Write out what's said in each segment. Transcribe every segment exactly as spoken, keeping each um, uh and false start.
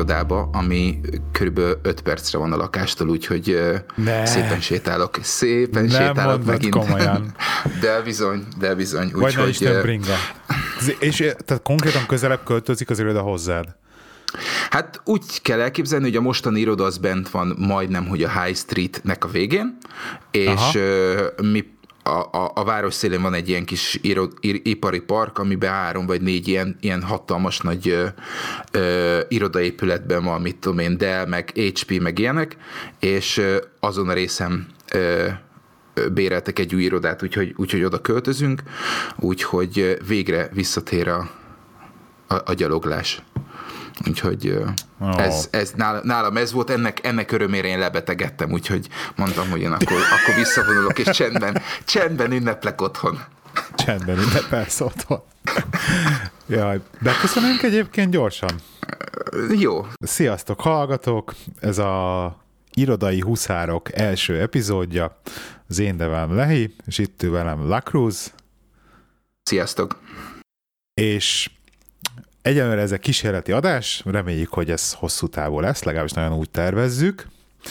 irodába, ami körülbelül öt percre van a lakástól, úgyhogy ne. szépen sétálok. Szépen nem sétálok megint. Komolyan. De bizony, de bizony. Vagy ne Isten bringa. És tehát konkrétan közelebb költözik az iroda hozzád? Hát úgy kell elképzelni, hogy a mostani iroda az bent van majdnem, hogy a High Streetnek a végén, és uh, mi A, a, a város szélén van egy ilyen kis iro, ir, ipari park, amiben három vagy négy ilyen, ilyen hatalmas nagy ö, ö, irodaépületben van, mit tudom én, Dell, meg há pé, meg ilyenek, és ö, azon a részen ö, ö, béreltek egy új irodát, úgyhogy, úgyhogy oda költözünk, úgyhogy végre visszatér a, a, a gyaloglás. Úgyhogy oh. ez, ez nálam ez volt, ennek, ennek örömére én lebetegedtem, úgyhogy mondtam, hogy én akkor, akkor visszavonulok, és csendben, csendben ünneplek otthon. Csendben ünnepelsz otthon. Jaj, beköszönünk egyébként gyorsan. Jó. Sziasztok, hallgatók! Ez a Irodai Huszárok első epizódja. Az én nevem Lehi, és itt ül velem Lacruz. Sziasztok! És egyelőre ez egy kísérleti adás, reméljük, hogy ez hosszú távú lesz, legalábbis nagyon úgy tervezzük.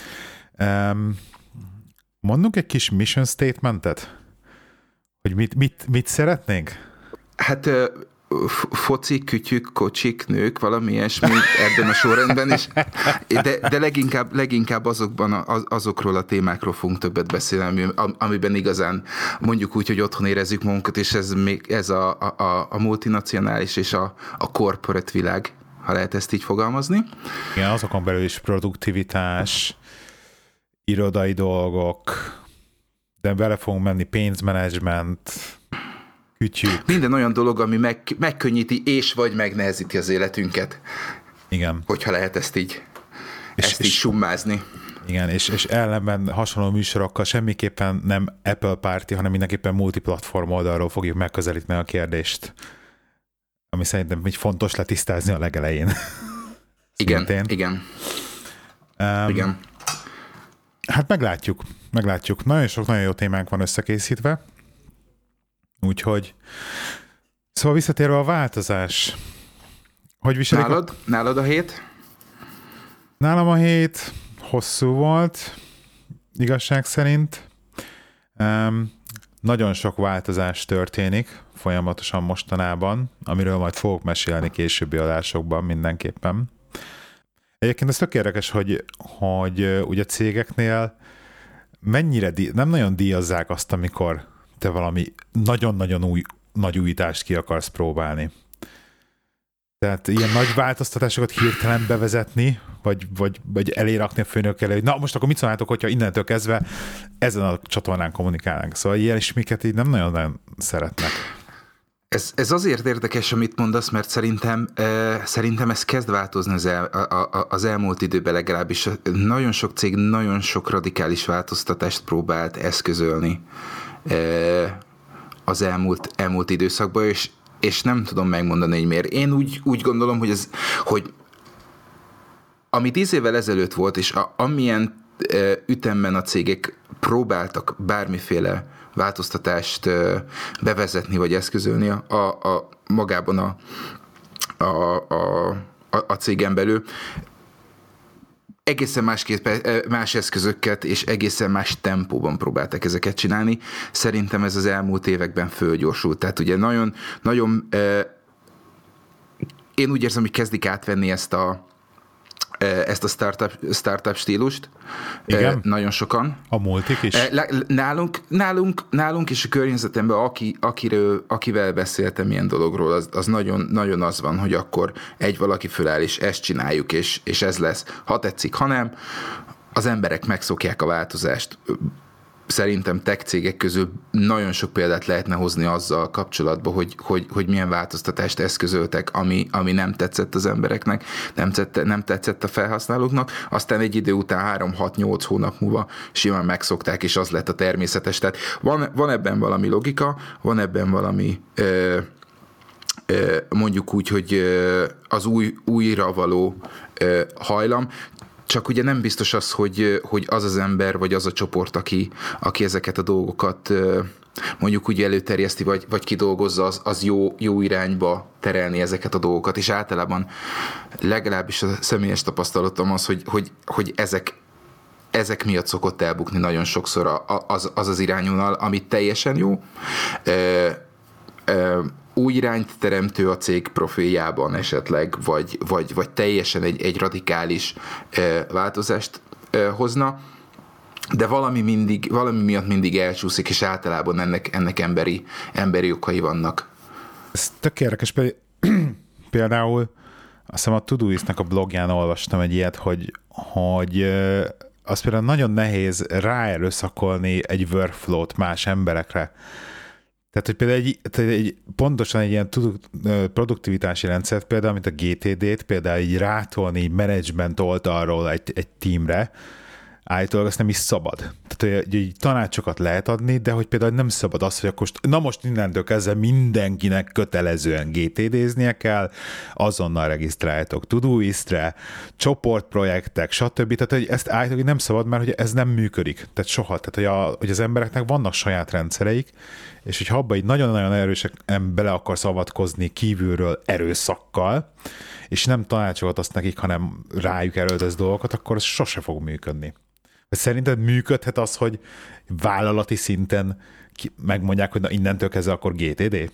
Um, mondunk egy kis mission statementet? Hogy mit, mit, mit szeretnénk? Hát foci, kütyük, kocsik, nők, valami ilyesmi ebben a sorrendben is, de, de leginkább, leginkább azokban a, azokról a témákról fogunk többet beszélni, amiben igazán mondjuk úgy, hogy otthon érezzük magunkat, és ez, még, ez a, a, a multinacionális és a, a corporate világ, ha lehet ezt így fogalmazni. Igen, azokon belül is produktivitás, irodai dolgok, de bele fogunk menni pénzmenedzsment, kütyük. Minden olyan dolog, ami meg, megkönnyíti és vagy megnehezíti az életünket. Igen. Hogyha lehet ezt így, és, ezt és, így summázni. Igen, és, és ellenben hasonló műsorokkal semmiképpen nem Apple Party, hanem mindenképpen multiplatform oldalról fogjuk megközelíteni a kérdést, ami szerintem így fontos letisztázni a legelején. Igen, igen. Um, igen. Hát meglátjuk, meglátjuk. Nagyon sok, nagyon jó témánk van összekészítve. Úgyhogy, szóval visszatérve a változás. Hogy viselik? Nálad? A... Nálad a hét? Nálam a hét hosszú volt, igazság szerint. Um, nagyon sok változás történik folyamatosan mostanában, amiről majd fogok mesélni későbbi adásokban mindenképpen. Egyébként ez tök érdekes, hogy, hogy ugye cégeknél mennyire, dí- nem nagyon díjazzák azt, amikor te valami nagyon-nagyon új, nagy újítást ki akarsz próbálni. Tehát ilyen nagy változtatásokat hirtelen bevezetni, vagy, vagy, vagy elérakni a főnök elé, hogy na most akkor mit szólnátok, hogyha innentől kezdve ezen a csatornán kommunikálnánk. Szóval ilyen ismiket így nem nagyon szeretnek. Ez, ez azért érdekes, amit mondasz, mert szerintem, eh, szerintem ez kezd változni az, el, a, a, az elmúlt időben legalábbis. Nagyon sok cég nagyon sok radikális változtatást próbált eszközölni az elmúlt, elmúlt időszakban, és, és nem tudom megmondani, hogy miért. Én úgy, úgy gondolom, hogy, ez, hogy ami tíz évvel ezelőtt volt, és a, amilyen e, ütemben a cégek próbáltak bármiféle változtatást e, bevezetni, vagy eszközölni a, a, a magában a, a, a, a, a cégen belül, egészen másképp, más eszközöket és egészen más tempóban próbálták ezeket csinálni. Szerintem ez az elmúlt években fölgyorsult. Tehát ugye nagyon, nagyon eh, én úgy érzem, hogy kezdik átvenni ezt a ezt a startup, startup stílust. Igen? Nagyon sokan. A multik is? Nálunk, nálunk, nálunk és a környezetemben, aki, akiről, akivel beszéltem ilyen dologról, az, az nagyon, nagyon az van, hogy akkor egy valaki föláll, és ezt csináljuk, és, és ez lesz. Ha tetszik, ha nem, az emberek megszokják a változást. Szerintem tech cégek közül nagyon sok példát lehetne hozni azzal kapcsolatban, hogy, hogy, hogy milyen változtatást eszközöltek, ami, ami nem tetszett az embereknek, nem tetszett, nem tetszett a felhasználóknak, aztán egy idő után három hat nyolc hónap múlva simán megszokták, és az lett a természetes. Tehát van, van ebben valami logika, van ebben valami ö, ö, mondjuk úgy, hogy ö, az új, újra való ö, hajlam, csak ugye nem biztos az, hogy, hogy az az ember, vagy az a csoport, aki, aki ezeket a dolgokat mondjuk úgy előterjeszti, vagy, vagy kidolgozza, az, az jó, jó irányba terelni ezeket a dolgokat, és általában legalábbis a személyes tapasztalatom az, hogy, hogy, hogy ezek, ezek miatt szokott elbukni nagyon sokszor az az, az irányvonal, amit teljesen jó, ö, ö, új irányt teremtő a cég profiljában esetleg, vagy, vagy, vagy teljesen egy, egy radikális ö, változást ö, hozna, de valami, mindig, valami miatt mindig elcsúszik, és általában ennek, ennek emberi, emberi okai vannak. Ez tök érdekes, például azt hiszem a Todoist-nek a blogján olvastam egy ilyet, hogy, hogy az például nagyon nehéz ráerőszakolni egy workflow-t más emberekre. Tehát, hogy például egy, tehát egy, pontosan egy ilyen produktivitási rendszert, például, mint a gé té dét, például így rátolni management oldalról egy, egy teamre, állítólag azt nem is szabad. Tehát, hogy, hogy tanácsokat lehet adni, de hogy például nem szabad az, hogy akkor na most innentől kezdve mindenkinek kötelezően gé té déznie kell, azonnal regisztráljátok Todoistre, csoportprojektek, stb. Tehát, hogy ezt állítólag nem szabad, mert hogy ez nem működik. Tehát soha. Tehát, hogy, a, hogy az embereknek vannak saját rendszereik, és hogyha abba így nagyon-nagyon erősen bele akarsz avatkozni kívülről erőszakkal, és nem tanácsokat azt nekik, hanem rájuk erőltesz dolgokat, akkor ez sose fog működni. Vagy szerinted működhet az, hogy vállalati szinten megmondják, hogy na innentől kezdve akkor gé té dé?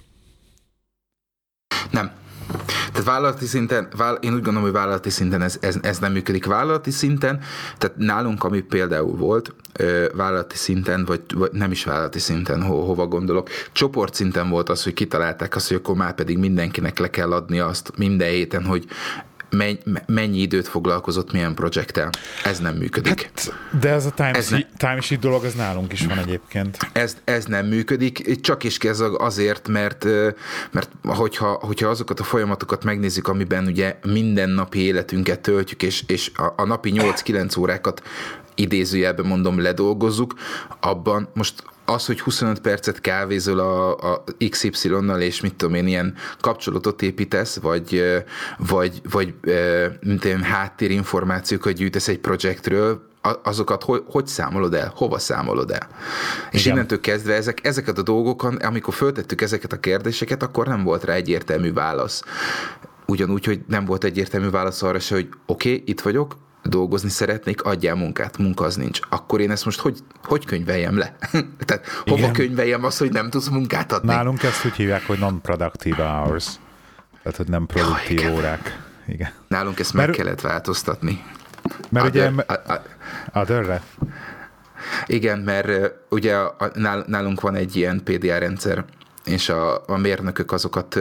Nem. Tehát vállalati szinten, én úgy gondolom, hogy vállalati szinten ez, ez, ez nem működik. Vállalati szinten, tehát nálunk, ami például volt, vállalati szinten, vagy, vagy nem is vállalati szinten, ho, hova gondolok, csoport szinten volt az, hogy kitalálták azt, hogy akkor már pedig mindenkinek le kell adni azt minden héten, hogy mennyi időt foglalkozott milyen projekttel. Ez nem működik. Hát, de ez a time sheet dolog, ez nálunk is van egyébként. Ez, ez nem működik, csak is ez azért, mert, mert hogyha, hogyha azokat a folyamatokat megnézzük, amiben ugye mindennapi életünket töltjük, és, és a, a napi nyolc-kilenc órákat idézőjelben mondom, ledolgozzuk, abban most az, hogy huszonöt percet kávézol a, a iksz ipszilonnal, és mit tudom én, ilyen kapcsolatot építesz, vagy, vagy, vagy mint ilyen háttérinformációkat gyűjtesz egy projektről, azokat hogy, hogy számolod el? Hova számolod el? Igen. És innentől kezdve ezek, ezeket a dolgokon, amikor föltettük ezeket a kérdéseket, akkor nem volt rá egyértelmű válasz. Ugyanúgy, hogy nem volt egyértelmű válasz arra se, hogy oké, okay, itt vagyok, dolgozni szeretnék, adjál munkát, munka az nincs. Akkor én ezt most hogy, hogy könyveljem le? Tehát hova igen. könyveljem azt, hogy nem tudsz munkát adni? Nálunk ezt úgy hívják, hogy non-productive hours. Tehát, hogy nem produktív Jó, órák. Igen. Nálunk ezt meg mert, kellett változtatni. Mert Other, ugye... A, a, Otherre? Igen, mert ugye nálunk van egy ilyen pé dé á rendszer, és a, a mérnökök azokat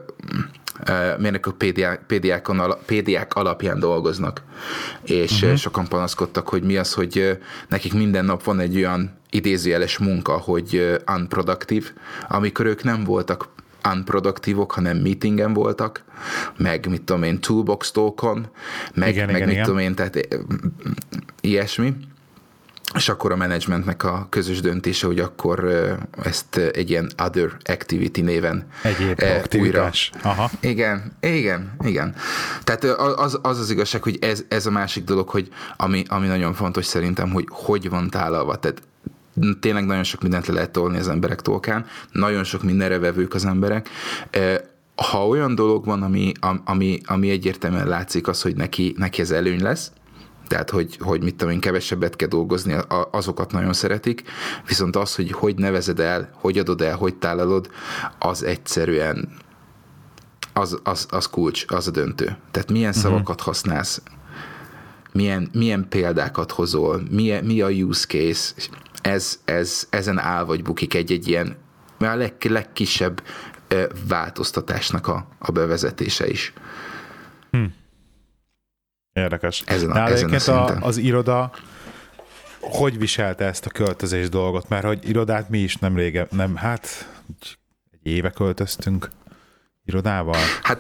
mérnökök pé dé á-k alapján dolgoznak, és uh-huh. sokan panaszkodtak, hogy mi az, hogy nekik minden nap van egy olyan idézőjeles munka, hogy unproductive, amikor ők nem voltak unproduktívok, hanem meetingen voltak, meg mit tudom én, toolbox talkon, meg, igen, meg igen, mit igen. tudom én, tehát ilyesmi. És akkor a menedzsmentnek a közös döntése, hogy akkor ezt egy ilyen other activity néven Egyéb aktivitás. Újra. Aha. Igen, igen, igen. Tehát az az, az igazság, hogy ez, ez a másik dolog, hogy ami, ami nagyon fontos szerintem, hogy hogy van tálalva. Tehát tényleg nagyon sok mindent le lehet tolni az emberek tolkán, nagyon sok mindenre vevők az emberek. Ha olyan dolog van, ami, ami, ami egyértelműen látszik az, hogy neki, neki ez előny lesz, tehát, hogy, hogy mit tudom én, kevesebbet kell dolgozni, azokat nagyon szeretik, viszont az, hogy hogy nevezed el, hogy adod el, hogy tálalod, az egyszerűen az, az, az kulcs, az a döntő. Tehát milyen uh-huh. szavakat használsz, milyen, milyen példákat hozol, mi, mi a use case, ez, ez, ezen áll vagy bukik egy-egy ilyen a leg, legkisebb változtatásnak a, a bevezetése is. Hmm. Érdekes. Ezen a, ezen a a, az iroda hogy viselte ezt a költözés dolgot? Mert hogy irodát mi is nem régen, nem, hát egy éve költöztünk irodával. Hát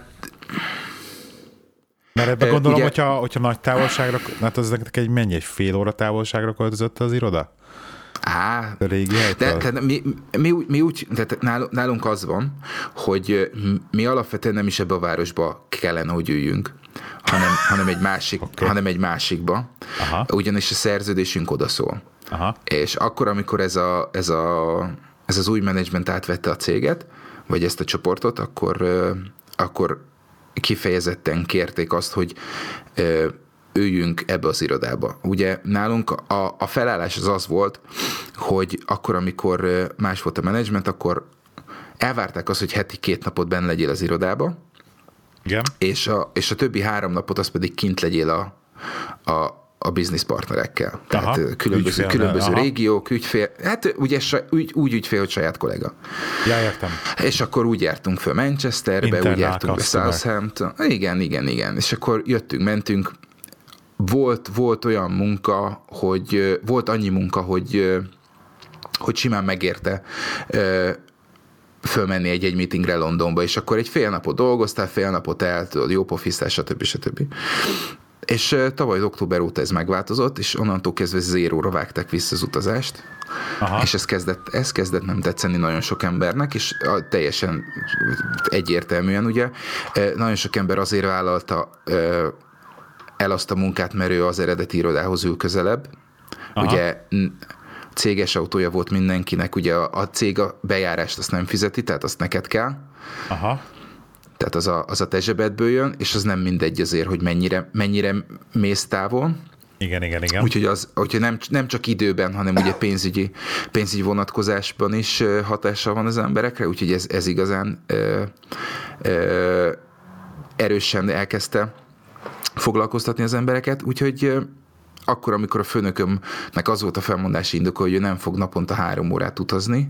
mert ebben gondolom, ugye, hogyha, hogyha nagy távolságra, hát az nektek egy mennyi, egy fél óra távolságra költözött az iroda? Á, a régi de, de mi, mi, mi úgy, tehát nálunk az van, hogy mi alapvetően nem is ebbe a városba kellene, hogy üljünk, hanem, hanem, egy, másik, okay. hanem egy másikba, Aha. ugyanis a szerződésünk odaszól. Aha. És akkor, amikor ez a, ez a ez az új menedzsment átvette a céget, vagy ezt a csoportot, akkor, akkor kifejezetten kérték azt, hogy üljünk ebbe az irodába. Ugye nálunk a, a felállás az az volt, hogy akkor, amikor más volt a menedzsment, akkor elvárták azt, hogy heti két napot benne legyél az irodába, igen. És, a, és a többi három napot az pedig kint legyél a, a a business partnerekkel. Tehát aha, különböző, ügyfél, különböző aha. régiók, ügyfél, hát ugye úgy, úgy ügyfél, hogy saját kollega. Ja, értem. És akkor úgy jártunk föl Manchesterbe, Internal úgy jártunk customer. Be Southampton. Igen, igen, igen. És akkor jöttünk, mentünk. Volt, volt olyan munka, hogy volt annyi munka, hogy, hogy simán megérte fölmenni egy-egy meetingre Londonba, és akkor egy fél napot dolgoztál, fél napot el, tudod, jó pofisztál, stb. stb. És tavaly október óta ez megváltozott, és onnantól kezdve zéróra vágták vissza az utazást. Aha. És ez kezdett, ez kezdett nem tetszeni nagyon sok embernek, és teljesen egyértelműen ugye, nagyon sok ember azért vállalta el azt a munkát, mert ő az eredeti irodához ül közelebb. Aha. Ugye céges autója volt mindenkinek, ugye a, a cég a bejárást azt nem fizeti, tehát azt neked kell. Aha. Tehát az a, az a te zsebedből jön, és az nem mindegy azért, hogy mennyire, mennyire mész távol. Igen, igen, igen. Úgyhogy, az, úgyhogy nem, nem csak időben, hanem ugye pénzügyi, pénzügyi vonatkozásban is hatással van az emberekre, úgyhogy ez, ez igazán ö, ö, erősen elkezdte foglalkoztatni az embereket, úgyhogy ö, akkor, amikor a főnökömnek az volt a felmondási indoka, hogy ő nem fog naponta három órát utazni,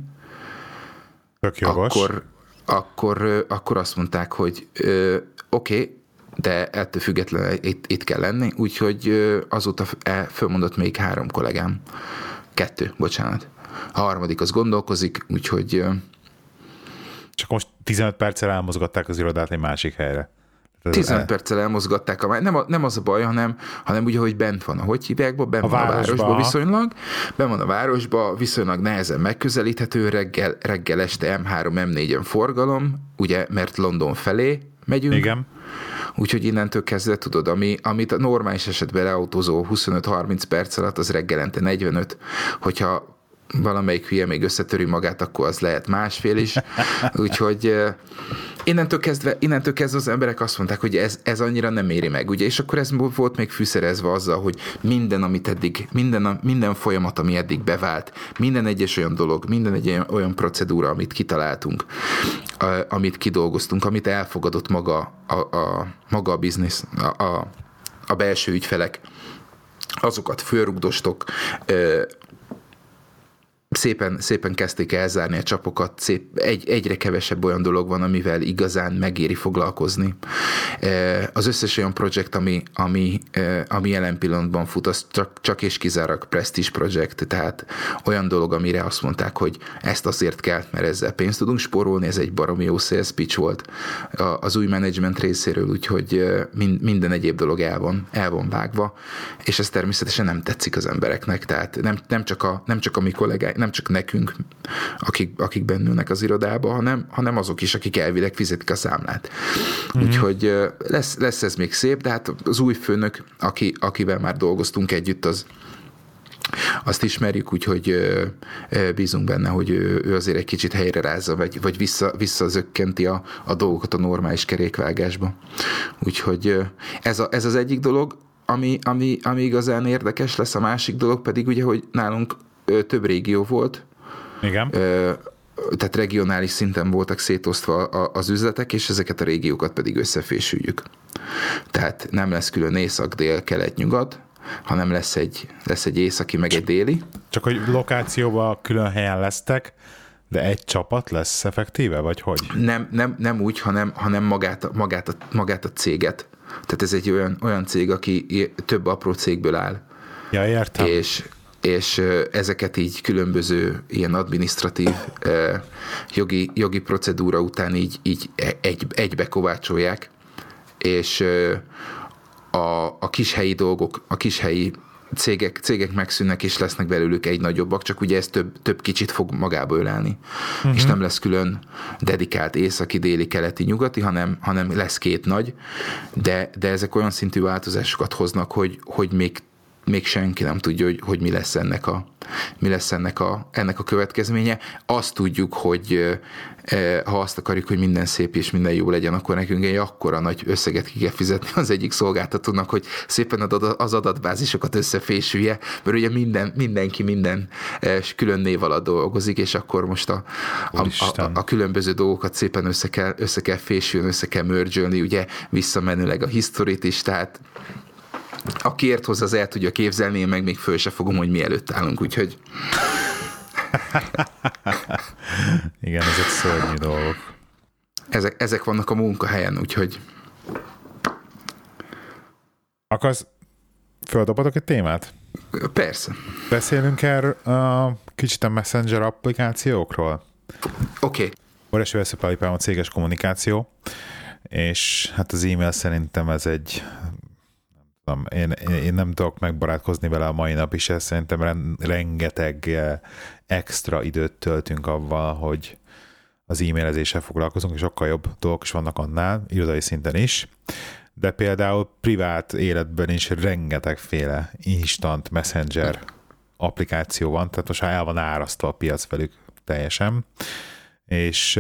tök jogos. Akkor Akkor, akkor azt mondták, hogy oké, okay, de ettől függetlenül itt, itt kell lenni, úgyhogy azóta fölmondott még három kollégám. Kettő, bocsánat. A harmadik az gondolkozik, úgyhogy... Csak most tizenöt perccel elmozgatták az irodát egy másik helyre. tizenöt el... perccel elmozgatták, a, nem, a, nem az a baj, hanem, hanem ugye, hogy bent van, ahogy hívják, bent a van városba. a városba viszonylag, bent van a városba, viszonylag nehezen megközelíthető, reggel, reggel este em három, em négyen forgalom, ugye, mert London felé megyünk. Igen. Úgyhogy innentől kezdve tudod, ami, amit a normális esetben leautózó huszonöt-harminc perc alatt, az reggelente negyvenöt, hogyha valamelyik hülye még összetöri magát, akkor az lehet másfél is. Úgyhogy innentől kezdve, innentől kezdve az emberek azt mondták, hogy ez, ez annyira nem éri meg, ugye? És akkor ez volt még fűszerezve azzal, hogy minden, amit eddig, minden, minden folyamat, ami eddig bevált, minden egyes olyan dolog, minden egy olyan procedúra, amit kitaláltunk, amit kidolgoztunk, amit elfogadott maga a, a, maga a biznisz, a, a, a belső ügyfelek, azokat fölrugdostok, Szépen, szépen kezdték elzárni a csapokat, szép, egy, egyre kevesebb olyan dolog van, amivel igazán megéri foglalkozni. Az összes olyan projekt, ami, ami, ami jelen pillanatban fut, az csak, csak és kizárólag prestige projekt, tehát olyan dolog, amire azt mondták, hogy ezt azért kell, mert ezzel pénzt tudunk spórolni, ez egy baromi jó sales pitch volt az új menedzsment részéről, úgyhogy minden egyéb dolog el van, el van vágva, és ez természetesen nem tetszik az embereknek, tehát nem, nem, csak, a, nem csak a mi kollégáink, nem csak nekünk, akik, akik bennülnek az irodába, hanem, hanem azok is, akik elvileg fizetik a számlát. Mm-hmm. Úgyhogy lesz, lesz ez még szép, de hát az új főnök, aki, akivel már dolgoztunk együtt, az azt ismerjük, úgyhogy bízunk benne, hogy ő, ő azért egy kicsit helyre rázza, vagy, vagy vissza, visszazökkenti a, a dolgokat a normális kerékvágásba. Úgyhogy ez, a, ez az egyik dolog, ami, ami, ami igazán érdekes lesz, a másik dolog pedig ugye, hogy nálunk több régió volt. Igen. Tehát regionális szinten voltak szétosztva az üzletek, és ezeket a régiókat pedig összefésüljük. Tehát nem lesz külön észak, dél, kelet, nyugat, hanem lesz egy, lesz egy északi, meg egy déli. Csak hogy lokációban külön helyen lesztek, de egy csapat lesz effektíve, vagy hogy? Nem, nem, nem úgy, hanem, hanem magát, magát, a, magát a céget. Tehát ez egy olyan, olyan cég, aki több apró cégből áll. Ja, értem. És és ezeket így különböző ilyen adminisztratív jogi, jogi procedúra után így, így egy, egybe kovácsolják, és a, a kishelyi dolgok, a kishelyi cégek, cégek megszűnnek, és lesznek belőlük egy nagyobbak, csak ugye ez több, több kicsit fog magába ölelni. Uh-huh. És nem lesz külön dedikált északi, déli, keleti, nyugati, hanem, hanem lesz két nagy, de, de ezek olyan szintű változásokat hoznak, hogy, hogy még még senki nem tudja, hogy, hogy mi lesz ennek a, mi lesz ennek a, ennek a következménye. Azt tudjuk, hogy ha azt akarjuk, hogy minden szép és minden jó legyen, akkor nekünk egy akkora nagy összeget ki kell fizetni az egyik szolgáltatónak, hogy szépen az adatbázisokat összefésülje, mert ugye minden, mindenki minden külön név alatt dolgozik, és akkor most a, a, a, a különböző dolgokat szépen össze kell, össze kell fésülni, össze kell merge-ölni, ugye visszamenőleg a historit is, tehát aki ért hozzá, az el tudja képzelni, én meg még föl se fogom, hogy mi előtt állunk, úgyhogy... Igen, ezek szörnyű dolgok. Ezek, ezek vannak a munkahelyen, úgyhogy... Akarsz, földobhatok egy témát? Persze. Beszélünk erről uh, kicsit a Messenger applikációkról? Oké. Okay. Óriási veszőparipám a céges kommunikáció, és hát az e-mail szerintem ez egy... Nem, én, én nem tudok megbarátkozni vele a mai nap is, ez szerintem rengeteg extra időt töltünk avval, hogy az e-mailezéssel foglalkozunk, és sokkal jobb dolgok is vannak annál, irodai szinten is, de például privát életben is rengetegféle instant messenger applikáció van, tehát most el van árasztva a piac velük teljesen, és,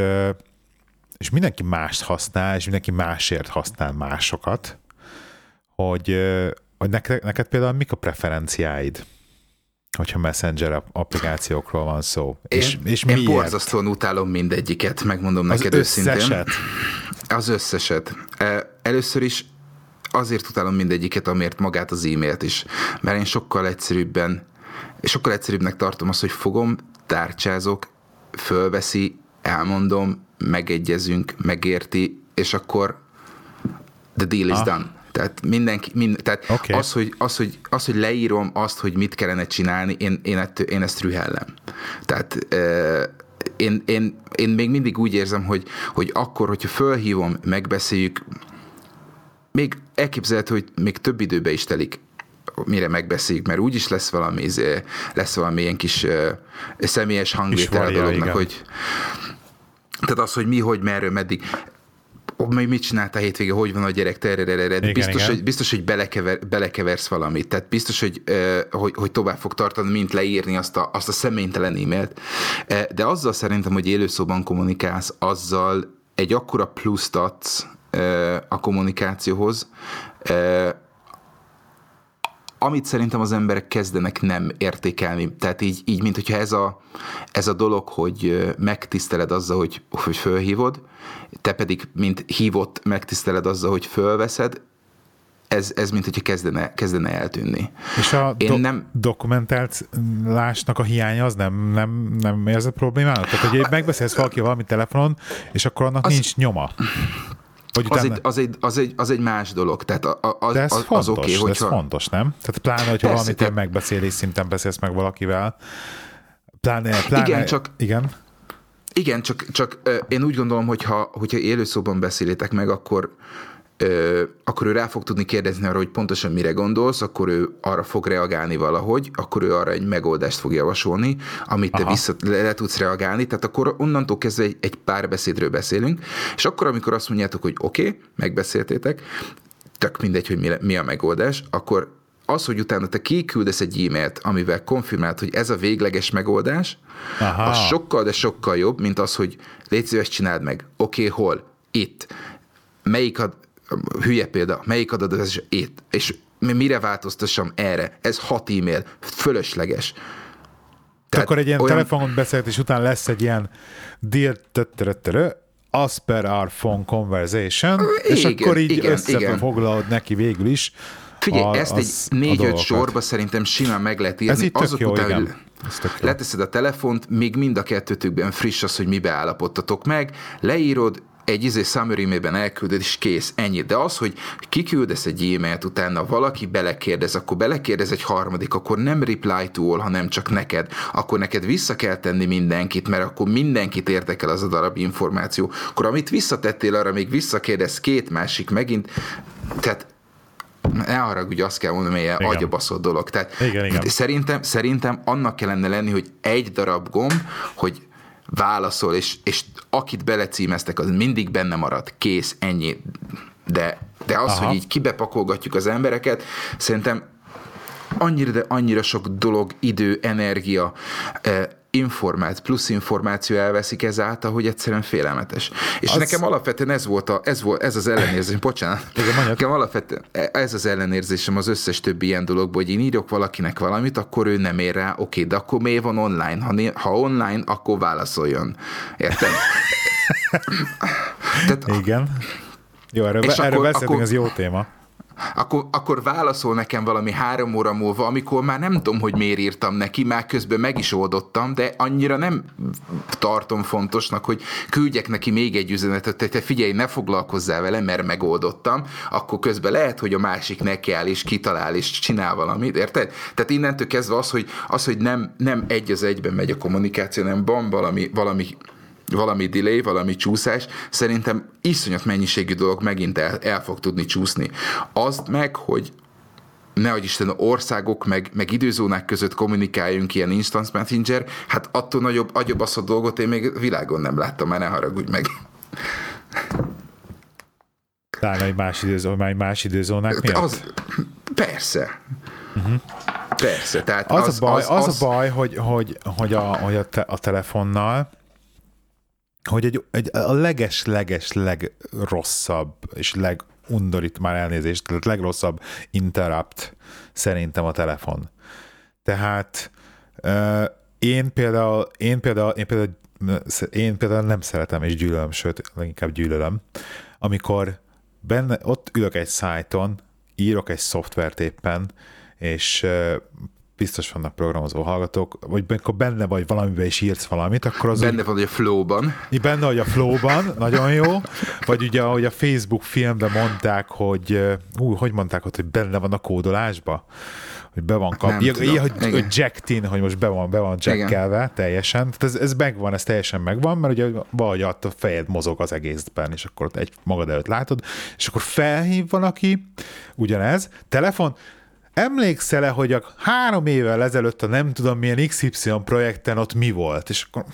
és mindenki mást használ, és mindenki másért használ másokat, hogy, hogy neked, neked például mik a preferenciáid, hogyha Messenger applikációkról van szó. Én, és, és én borzasztóan utálom mindegyiket, megmondom az neked összeset. őszintén. Az összeset. Először is azért utálom mindegyiket, amért magát az e-mailt is. Mert én sokkal egyszerűbben, sokkal egyszerűbbnek tartom azt, hogy fogom, tárcsázok, fölveszi, elmondom, megegyezünk, megérti, és akkor the deal is ah. done. Tehát mindenki, mind, tehát okay. az, hogy, az, hogy, az, hogy leírom azt, hogy mit kellene csinálni, én, én, ettől, én ezt rühellem. Tehát euh, én, én, én még mindig úgy érzem, hogy, hogy akkor, hogyha fölhívom, megbeszéljük, még elképzelhető, hogy még több időbe is telik, mire megbeszéljük, mert úgyis lesz valami, lesz valami ilyen kis uh, személyes hangvétel a dolognak, igen. Hogy tehát az, hogy mi, hogy, merről, meddig. Majd mit csináltál hétvége, hogy van a gyerek, tererere, biztos, igen. Hogy, biztos, hogy belekever, belekeversz valamit, tehát biztos, hogy, uh, hogy, hogy tovább fog tartani, mint leírni azt a, azt a személytelen e-mailt. Uh, de azzal szerintem, hogy élőszóban kommunikálsz, azzal egy akkora pluszt adsz uh, a kommunikációhoz, uh, amit szerintem az emberek kezdenek nem értékelni. Tehát így, így mint hogyha ez a, ez a dolog, hogy megtiszteled azzal, hogy, hogy fölhívod, te pedig, mint hívott, megtiszteled azzal, hogy fölveszed, ez, ez mint hogyha kezdene, kezdene eltűnni. És a Én do- nem... dokumentálásnak a hiánya az nem, nem, nem érzed problémának? Tehát, hogy megbeszélsz valaki valami telefonon, és akkor annak az... nincs nyoma. Az egy, az, egy, az, egy, az egy más dolog. Tehát az, de ez az, fontos, az okay, hogyha... ez fontos, nem? Tehát pláne, hogyha Persze, valamit tehát... megbeszélés szinten beszélsz meg valakivel. Pláne, pláne... Igen, csak... Igen? Igen, csak, csak én úgy gondolom, hogyha, hogyha élőszóban beszélitek meg, akkor, akkor ő rá fog tudni kérdezni arra, hogy pontosan mire gondolsz, akkor ő arra fog reagálni valahogy, akkor ő arra egy megoldást fog javasolni, amit Aha. te vissza le, le tudsz reagálni, tehát akkor onnantól kezdve egy, egy pár beszédről beszélünk, és akkor, amikor azt mondjátok, hogy oké, okay, megbeszéltétek, tök mindegy, hogy mi, mi a megoldás, akkor az, hogy utána te kiküldesz egy e-mailt, amivel konfirmálod, hogy ez a végleges megoldás, Aha. az sokkal, de sokkal jobb, mint az, hogy légy szíves, csináld meg. Oké, okay, hol? Itt. Melyik ad, hülye példa, melyik adat itt? És mire változtassam erre? Ez hat e-mail. Fölösleges. Tehát akkor egy ilyen olyan... telefonon beszélgetés után lesz egy ilyen dear as per our phone conversation, igen, és akkor így összefoglalod neki végül is. Figyelj, a, ezt egy négy-öt sorba szerintem simán meg lehet írni. Ez itt tök jó, után, igen. Leteszed a telefont, még mind a kettőtökben friss az, hogy mibe állapodtatok meg, leírod, egy izé summary e-mailben elküldöd, és kész, ennyi. De az, hogy kiküldesz egy e-mailt, utána valaki belekérdez, akkor belekérdez egy harmadik, akkor nem reply to all, hanem csak neked. Akkor neked vissza kell tenni mindenkit, mert akkor mindenkit érdekel az a darab információ. Akkor amit visszatettél, arra még visszakérdez két másik megint, tehát ne haragudj, azt kell mondani, hogy ilyen agyabaszott dolog. Tehát igen, igen. Szerintem, szerintem annak kellene lenni, hogy egy darab gomb, hogy válaszol, és, és akit belecímeztek, az mindig benne marad. Kész, ennyi. De, de az, Aha. hogy így kibepakolgatjuk az embereket, szerintem annyira, de annyira sok dolog, idő, energia, informált, plusz információ elveszik ezáltal, hogy egyszerűen félelmetes. És az... nekem alapvetően ez volt, a, ez, volt ez az ellenérzés, bocsánat, nekem alapvetően ez az ellenérzésem az összes többi ilyen dologból, hogy én írok valakinek valamit, akkor ő nem ér rá, oké, de akkor miért van online? Ha, né- ha online, akkor válaszoljon. Érted? Tehát, igen. Jó, erről, be, erről beszéltünk, ez jó téma. Akkor, akkor válaszol nekem valami három óra múlva, amikor már nem tudom, hogy miért írtam neki, már közben meg is oldottam, de annyira nem tartom fontosnak, hogy küldjek neki még egy üzenetet, hogy te figyelj, ne foglalkozzál vele, mert megoldottam, akkor közben lehet, hogy a másik nekiáll és kitalál és csinál valamit, érted? Tehát innentől kezdve az, hogy, az, hogy nem, nem egy az egyben megy a kommunikáció, hanem van valami, valami valami delay, valami csúszás, szerintem iszonyat mennyiségű dolog megint el, el fog tudni csúszni. Azt meg, hogy nehogy Isten országok, meg, meg időzónák között kommunikáljunk ilyen Instant Messenger, hát attól nagyobb, agyabaszott dolgot én még világon nem láttam, már ne haragudj meg. Talán egy más, időzó, más időzónák miatt? Az, persze. Uh-huh. Persze. Tehát az, az, a baj, az, az, az a baj, hogy, hogy, hogy, a, hogy a, te, a telefonnal hogy egy, egy, a leges-leges legrosszabb és legundorít már elnézést, tehát legrosszabb interrupt szerintem a telefon. Tehát uh, én például én például, én például én például nem szeretem és gyűlölöm, sőt, leginkább gyűlölöm, amikor benne, ott ülök egy szájton, írok egy szoftvert éppen, és uh, biztos vannak programozó hallgatók, vagy amikor benne vagy valamiben és írsz valamit, akkor az... Benne van, hogy a flow-ban. Benne vagy a flow-ban, nagyon jó. Vagy ugye, ahogy a Facebook filmben mondták, hogy ú, hogy mondták ott, hogy benne van a kódolásba? Hogy be van kap... Ja, hogy, hogy jacked-in, hogy most be van, be van jackelve teljesen. Tehát ez, ez megvan, ez teljesen megvan, mert ugye valahogy a fejed mozog az egészben, és akkor egy magad előtt látod, és akkor felhív valaki, ugyanez, telefon. Emlékszel-e, hogy a három évvel ezelőtt a nem tudom milyen iksz ipszilon projekten ott mi volt? És akkor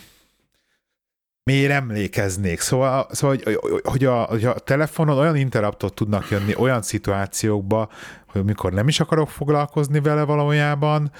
miért emlékeznék? Szóval, szóval hogy, hogy, a, hogy a telefonon olyan interruptok tudnak jönni olyan szituációkba, hogy amikor nem is akarok foglalkozni vele valójában,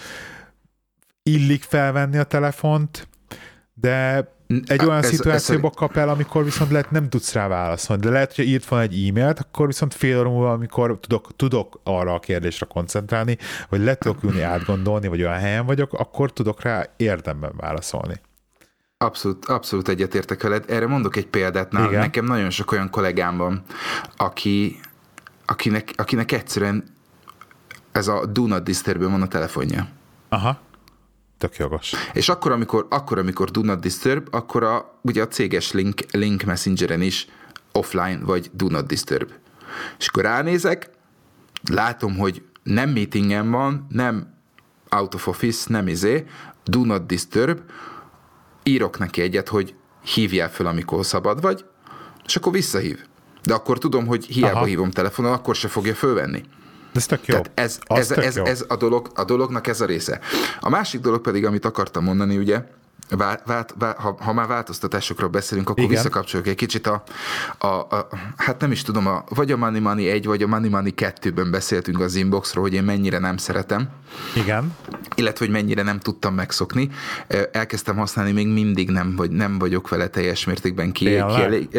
illik felvenni a telefont, de egy olyan ez, szituációba ez, kap el, amikor viszont lehet nem tudsz rá válaszolni, de lehet, hogy írt van egy e-mailt, akkor viszont fél óra múlva, amikor tudok, tudok arra a kérdésre koncentrálni, vagy le tudok ülni átgondolni, vagy olyan helyen vagyok, akkor tudok rá érdemben válaszolni. Abszolút, abszolút egyetértek veled. Erre mondok egy példát. Na, nekem nagyon sok olyan kollégám van, aki, akinek, akinek egyszerűen ez a Do Not Disturb-ben van a telefonja. Aha. Tök jogos. És akkor, amikor, akkor, amikor Do Not Disturb, akkor a, ugye a céges link, link Messengeren is offline, vagy Do Not Disturb. És akkor ránézek, látom, hogy nem meetingen van, nem out of office, nem izé, Do Not Disturb, írok neki egyet, hogy hívjál föl, amikor szabad vagy, és akkor visszahív. De akkor tudom, hogy hiába Aha. hívom telefonon, akkor se fogja fölvenni. Ez tök jó. Tehát ez, ez, ez, ez a, dolog, a dolognak ez a része. A másik dolog pedig, amit akartam mondani, ugye, Vá, vá, vá, ha, ha már változtatásokról beszélünk, akkor Igen. visszakapcsoljuk egy kicsit a, a, a, hát nem is tudom, a, vagy a Money Money egy, vagy a Money Money kettőben beszéltünk az inboxról, hogy én mennyire nem szeretem. Igen. Illetve, hogy mennyire nem tudtam megszokni. Elkezdtem használni, még mindig nem, vagy, nem vagyok vele teljes mértékben ki, ki,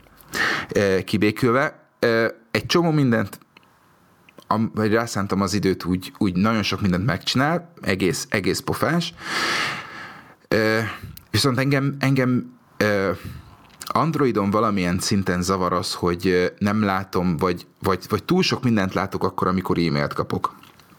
kibékülve. Egy csomó mindent vagy rászántam az időt, úgy, úgy nagyon sok mindent megcsinál, egész, egész pofás. Uh, viszont engem, engem uh, Androidon valamilyen szinten zavar az, hogy uh, nem látom, vagy, vagy, vagy túl sok mindent látok akkor, amikor e-mailt kapok.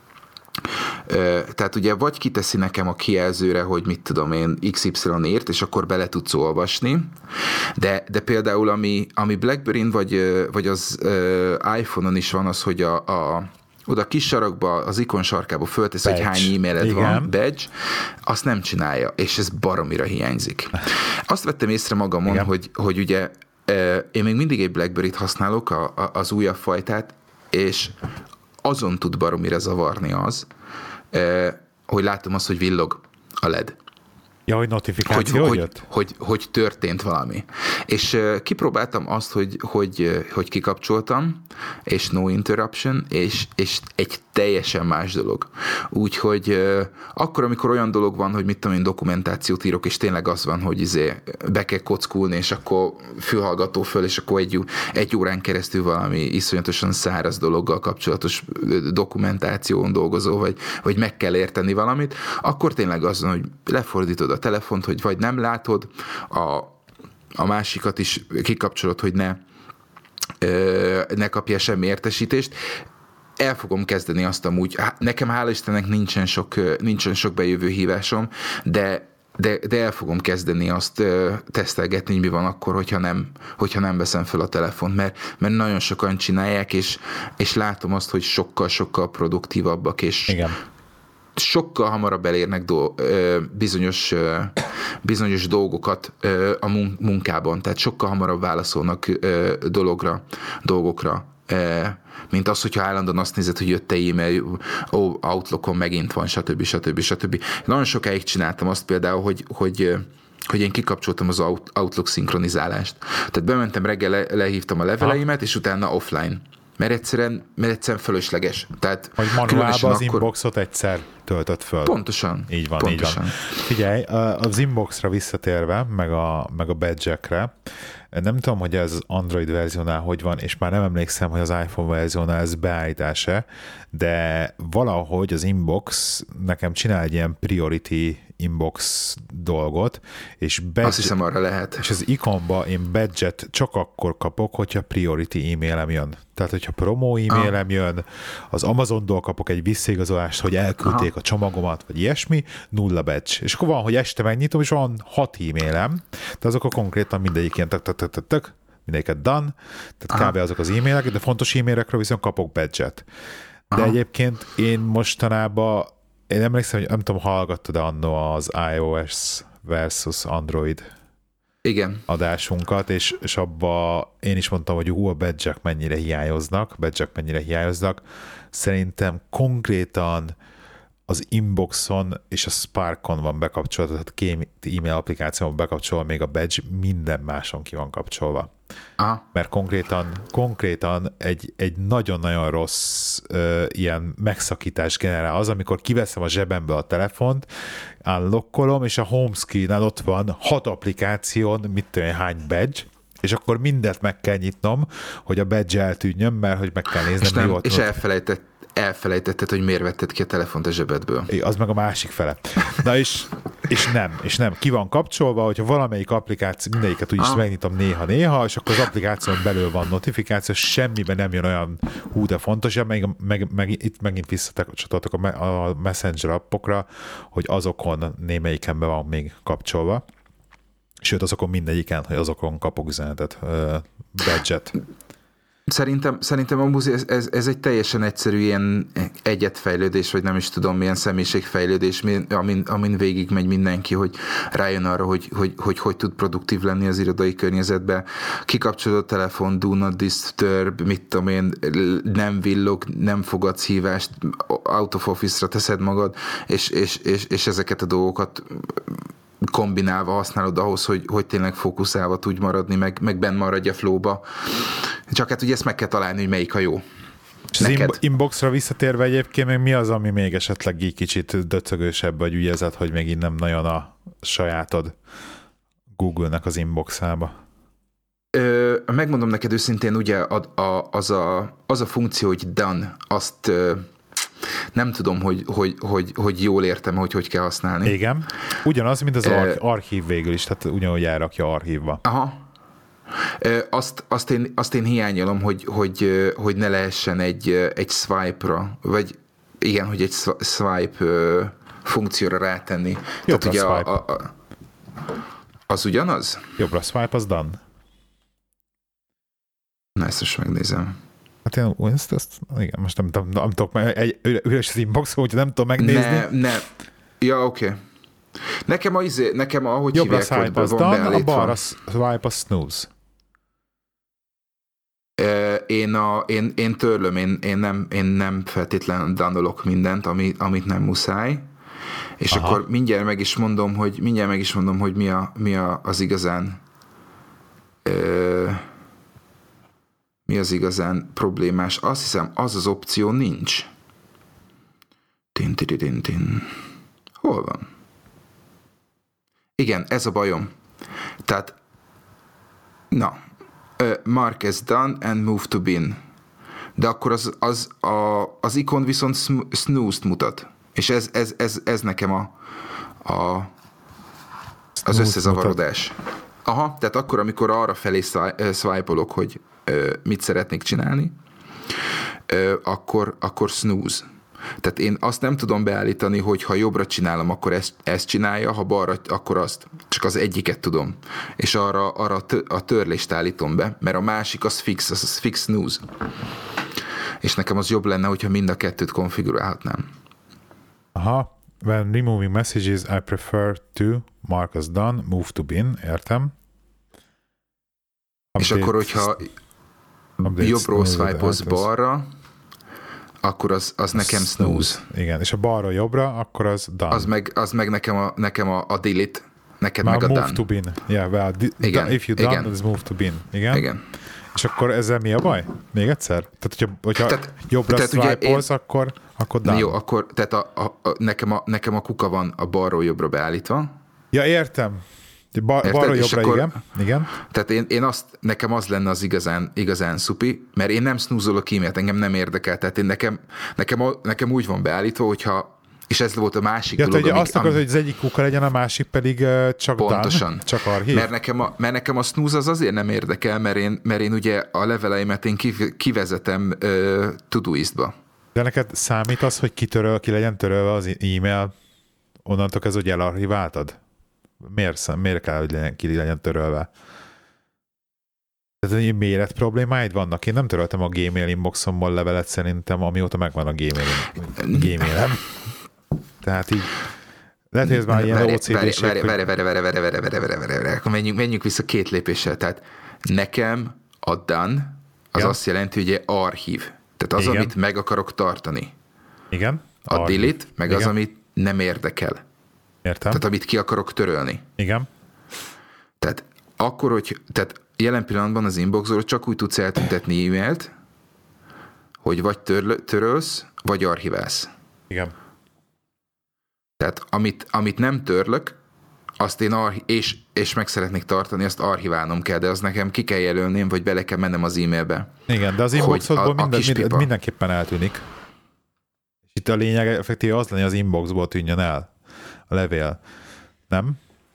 Uh, tehát ugye vagy kiteszi nekem a kijelzőre, hogy mit tudom én, iksz ipszilon írt, és akkor bele tudsz olvasni, de, de például ami, ami BlackBerryn vagy, vagy az uh, iPhone-on is van az, hogy a, a oda a kis sarokba, az ikon sarkába föltesz, hogy hány e-mailed Igen. van, badge, azt nem csinálja, és ez baromira hiányzik. Azt vettem észre magamon, hogy, hogy ugye én még mindig egy BlackBerry-t használok, a, a, az újabb fajtát, és azon tud baromira zavarni az, hogy látom azt, hogy villog a led. Ja, hogy notifikáció hogy, jött? hogy, hogy, hogy történt valami. És uh, kipróbáltam azt, hogy, hogy, uh, hogy kikapcsoltam, és no interruption, és, és egy teljesen más dolog. Úgyhogy uh, akkor, amikor olyan dolog van, hogy mit tudom én, dokumentációt írok, és tényleg az van, hogy izé be kell kockulni, és akkor fülhallgató föl, és akkor egy, egy órán keresztül valami iszonyatosan száraz dologgal kapcsolatos dokumentáción dolgozó, vagy, vagy meg kell érteni valamit, akkor tényleg az van, hogy lefordítod a telefont, hogy vagy nem látod, a, a másikat is kikapcsolod, hogy ne, ö, ne kapja semmi értesítést. El fogom kezdeni azt amúgy, nekem hála Istennek nincsen sok, nincsen sok bejövő hívásom, de De, de el fogom kezdeni azt ö, tesztelgetni, hogy mi van akkor, hogyha nem, hogyha nem veszem fel a telefont, mert, mert nagyon sokan csinálják, és, és látom azt, hogy sokkal-sokkal produktívabbak, és igen. sokkal hamarabb elérnek do, ö, bizonyos, ö, bizonyos dolgokat ö, a munkában, tehát sokkal hamarabb válaszolnak ö, dologra, dolgokra, ö, mint az, hogyha állandóan azt nézed, hogy jött-e e-mail, ó, Outlookon megint van, stb. stb. stb. Nagyon sokáig csináltam azt például, hogy, hogy, hogy én kikapcsoltam az Outlook szinkronizálást. Tehát bementem reggel, le, lehívtam a leveleimet, és utána offline. Mert egyszerűen, mert egyszerűen fölösleges. Tehát hogy manuálban az akkor... inboxot egyszer töltött föl. Pontosan. Így van, pontosan. így van. Figyelj, az inboxra visszatérve, meg a, meg a badge-ekre, nem tudom, hogy ez az Android verziónál hogy van, és már nem emlékszem, hogy az iPhone verziónál ez beállítás-e, de valahogy az inbox nekem csinál egy ilyen priority inbox dolgot, és badge, azt hiszem arra lehet. És az ikonba én badge-et csak akkor kapok, hogyha priority e-mailem jön. Tehát, hogyha promo e-mailem ah. jön, az Amazontól kapok egy visszaigazolást, hogy elküldték Aha. a csomagomat, vagy ilyesmi, nulla badge. És akkor van, hogy este megnyitom, és van hat e-mailem, de azok a konkrétan mindegyik ilyen tök, tök, tök, tök, tök, mindegyiket done, tehát Aha. kb. Azok az e-mailek, de fontos e-mailekről viszont kapok badge-et. De Aha. egyébként én mostanában, én emlékszem, hogy nem tudom, hallgattad-e annó az iOS versus Android Igen. adásunkat, és, és abba én is mondtam, hogy hú, a badge-ek mennyire hiányoznak, badge-ek mennyire hiányoznak. Szerintem konkrétan az Inboxon és a Sparkon van bekapcsolva, tehát két e-mail applikáción bekapcsolva, még a badge minden máson ki van kapcsolva. Aha. Mert konkrétan, konkrétan egy, egy nagyon-nagyon rossz uh, ilyen megszakítás generál az, amikor kiveszem a zsebembe a telefont, unlockolom, és a home screen-en ott van hat applikáción, mit tudom, hány badge, és akkor mindent meg kell nyitnom, hogy a badge eltűnjön, mert hogy meg kell néznem, és nem, mi volt. És elfelejtett elfelejtetted, hogy miért vetted ki a telefont a zsebedből. Az meg a másik fele. Na és, és nem, és nem. Ki van kapcsolva, hogyha valamelyik applikáció, mindegyiket úgyis ah. megnyitom néha-néha, és akkor az applikáción belül van notifikáció, semmiben nem jön olyan hú, de fontos, meg, meg, meg itt megint visszacsatoltok a, a Messenger appokra, hogy azokon némelyiken be van még kapcsolva. Sőt, azokon mindegyiken, hogy azokon kapok üzenetet, uh, badge-et. Szerintem, szerintem amúgy ez, ez, ez egy teljesen egyszerű ilyen egyetfejlődés, vagy nem is tudom, milyen személyiségfejlődés, amin, amin végig megy mindenki, hogy rájön arra, hogy hogy, hogy hogy tud produktív lenni az irodai környezetben. Kikapcsolod a telefon, do not disturb, mit tudom én, nem villog, nem fogadsz hívást, out of office-ra teszed magad, és, és, és, és ezeket a dolgokat kombinálva használod ahhoz, hogy, hogy tényleg fókuszálva tudj maradni, meg, meg benn maradj a flowba. Csak hát ugye ezt meg kell találni, hogy melyik a jó. És az inboxra visszatérve egyébként még mi az, ami még esetleg így kicsit döcögősebb, vagy úgy érzed, hogy még így nem nagyon a sajátod Google-nek az inboxába? Ö, megmondom neked őszintén, ugye a, a, az, a, az a funkció, hogy done, azt ö, nem tudom, hogy, hogy, hogy, hogy jól értem, hogy hogy kell használni. Igen. Ugyanaz, mint az arch- archív végül is, tehát ugyanúgy elrakja archívba. Aha. Azt, azt, én, azt én hiányolom, hogy, hogy, hogy ne lehessen egy, egy swipe-ra, vagy igen, hogy egy swipe funkcióra rátenni. Jobbra Tehát ugye swipe. A, a, az ugyanaz? Jobbra swipe, az done. Na, ezt most megnézem. Hát én ezt, ezt igen, most nem, nem, nem tudok, egy üres az inbox, úgyhogy nem tudom megnézni. Ne, ne. Ja, oké. Okay. Nekem, a, izé, nekem ahogy jobbra hívják, swipe az done, a balra swipe az snooze. Én, a, én, én törlöm, én, én, nem, én nem feltétlenül downloadok mindent, ami, amit nem muszáj. És Aha. akkor mindjárt meg is mondom, hogy mindjárt meg is mondom, hogy mi, a, mi a, az igazán ö, mi az igazán problémás. Azt hiszem, az az opció nincs. Tin, tin, tin, tin. Hol van? Igen, ez a bajom. Tehát, na, uh, mark as done and move to bin. De akkor az, az, a, az ikon viszont snooze-t mutat. És ez, ez, ez, ez nekem a, a az összezavarodás. Aha, tehát akkor, amikor arra felé swipe-olok, hogy uh, mit szeretnék csinálni, uh, akkor, akkor snooze. Tehát én azt nem tudom beállítani, hogy ha jobbra csinálom, akkor ezt, ezt csinálja, ha balra, akkor azt. Csak az egyiket tudom. És arra, arra a törlést állítom be, mert a másik az fix, az, az fix snooze. És nekem az jobb lenne, hogyha mind a kettőt konfigurálhatnám. Aha. When removing messages, I prefer to mark as done, move to bin. Értem. Update, és akkor, hogyha jobbról swipe-olsz balra, akkor az, az nekem snooze. snooze. Igen, és a balra jobbra, akkor az done. Az meg, az meg nekem, a, nekem a, a delete, neked Már meg a move done. to bin. Yeah, well, di- igen, if you done, igen. it's move to bin. Igen. Igen. És akkor ezzel mi a baj? Még egyszer? Tehát, hogyha, hogyha tehát, jobbra tehát swipe-olsz, én... akkor, akkor done. Jó, akkor tehát a, a, a, nekem, a, nekem a kuka van a balról jobbra beállítva. Ja, értem. Ba- Érted? balra És jobbra, akkor, igen. igen. Tehát én, én azt, nekem az lenne az igazán, igazán szupi, mert én nem snúzolok e-mailt, engem nem érdekel. Tehát én nekem, nekem, nekem úgy van beállítva, hogyha és ez volt a másik ja, dolog. Ugye amik, azt akarod, ami... hogy az egyik kuka legyen, a másik pedig uh, csak pontosan. done, csak archív. Mert nekem, a, mert nekem a snooze az azért nem érdekel, mert én, mert én ugye a leveleimet én kivezetem uh, Todoistba. De neked számít az, hogy kitöröl, ki legyen törölve az e-mail, onnantól kezdve, hogy elarchiváltad? Miért, miért kell, hogy legyen, ki legyen törölve? Tehát méret problémáid vannak? Én nem töröltem a Gmail inboxomból levelet szerintem, amióta megvan a Gmail, Gmailem. Tehát így lehet, hogy ez már ilyen ó cé dé-ség. Várj, várj, várj, várj, várj, várj, várj, várj, várj, várj, akkor menjünk, menjünk vissza két lépéssel. Tehát nekem a done az Igen. azt jelenti, hogy archív. Tehát az, Igen. amit meg akarok tartani. Igen. A Archív. delete, meg Igen. az, amit nem érdekel. Értem. Tehát amit ki akarok törölni. Igen. Tehát akkor, hogy tehát jelen pillanatban az inboxról csak úgy tudsz eltüntetni e-mailt, hogy vagy törl, törölsz, vagy archiválsz. Igen. Tehát amit, amit nem törlök, azt én archi- és, és meg szeretnék tartani, azt archiválnom kell, de az nekem ki kell jelölném, vagy bele kell mennem az e-mailbe. Igen, de az inboxodból a, a minden, pipa. mindenképpen eltűnik. És itt a lényeg effektíve az lenne, hogy az inboxból tűnjön el a levél. Nem?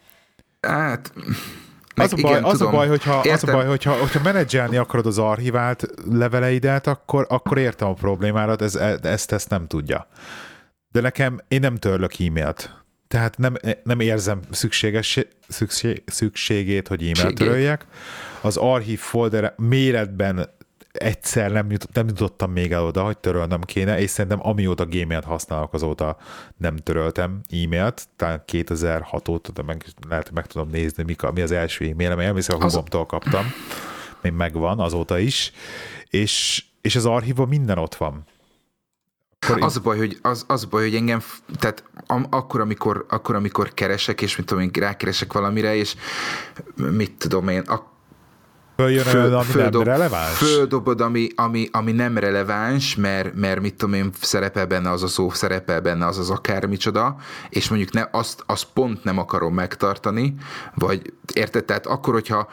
Hát... Az, a baj, igen, az, a baj, hogyha, az a baj, hogyha, hogyha menedzselni akarod az archivált leveleidet, akkor, akkor értem a problémárat, ez, ezt, ezt nem tudja. De nekem, én nem törlök e-mailt. Tehát nem, nem érzem szükséges, szükség, szükségét, hogy e-mailt töröljek. Az archív folder méretben egyszer nem, jutott, nem jutottam még el oda, hogy törölnem kéne, és szerintem amióta Gmailt használok, azóta nem töröltem e-mailt, talán kétezer-hat óta, de meg, lehet, meg tudom nézni, mi, mi az első e-mailem, elmészem a húgomtól kaptam, még megvan azóta is, és, és az archívban minden ott van. Akkor az, a baj, hogy, az, az a baj, hogy engem, tehát am, akkor, amikor, akkor, amikor keresek, és mit tudom én, rákeresek valamire, és mit tudom én, ak- Följön Föl, el, ami földob, nem releváns? Földobod, ami, ami, ami nem releváns, mert, mert mit tudom én, szerepel benne az a szó, szerepel benne az az akármicsoda, és mondjuk ne, azt, azt pont nem akarom megtartani, vagy érted? Tehát akkor, hogyha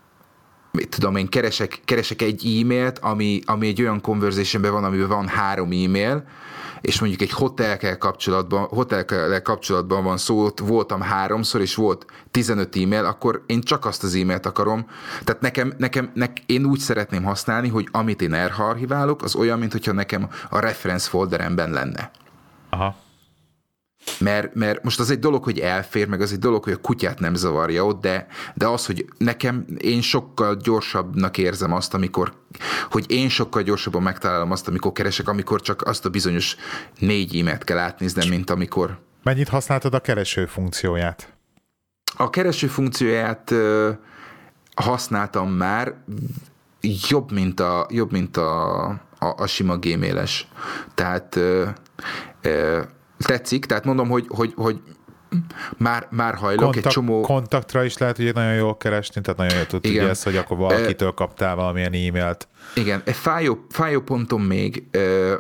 mit tudom én, keresek, keresek egy e-mailt, ami, ami egy olyan conversationben van, amiben van három e-mail, és mondjuk egy hotelkel kapcsolatban, hotelkel kapcsolatban van szó, voltam háromszor, és volt tizenöt e-mail, akkor én csak azt az e-mailt akarom. Tehát nekem, nekem nek, én úgy szeretném használni, hogy amit én elarchiválok, az olyan, mint hogyha nekem a reference folderemben lenne. Aha. Mert, mert most az egy dolog, hogy elfér, meg az egy dolog, hogy a kutyát nem zavarja ott, de, de az, hogy nekem, én sokkal gyorsabbnak érzem azt, amikor, hogy én sokkal gyorsabban megtalálom azt, amikor keresek, amikor csak azt a bizonyos négy e-mailt kell átnéznem, mint amikor... Mennyit használtad a kereső funkcióját? A kereső funkcióját uh, használtam már, jobb, mint a, jobb, mint a, a, a sima gmail-es. Tehát uh, uh, tetszik, tehát mondom, hogy, hogy, hogy már, már hajlok Kontakt, egy csomó... Kontaktra is lehet ugye nagyon jól keresni, tehát nagyon jól tudod, ugye ezt, hogy akkor valakitől kaptál valamilyen e-mailt. Igen, egy fájó, fájó ponton még ö,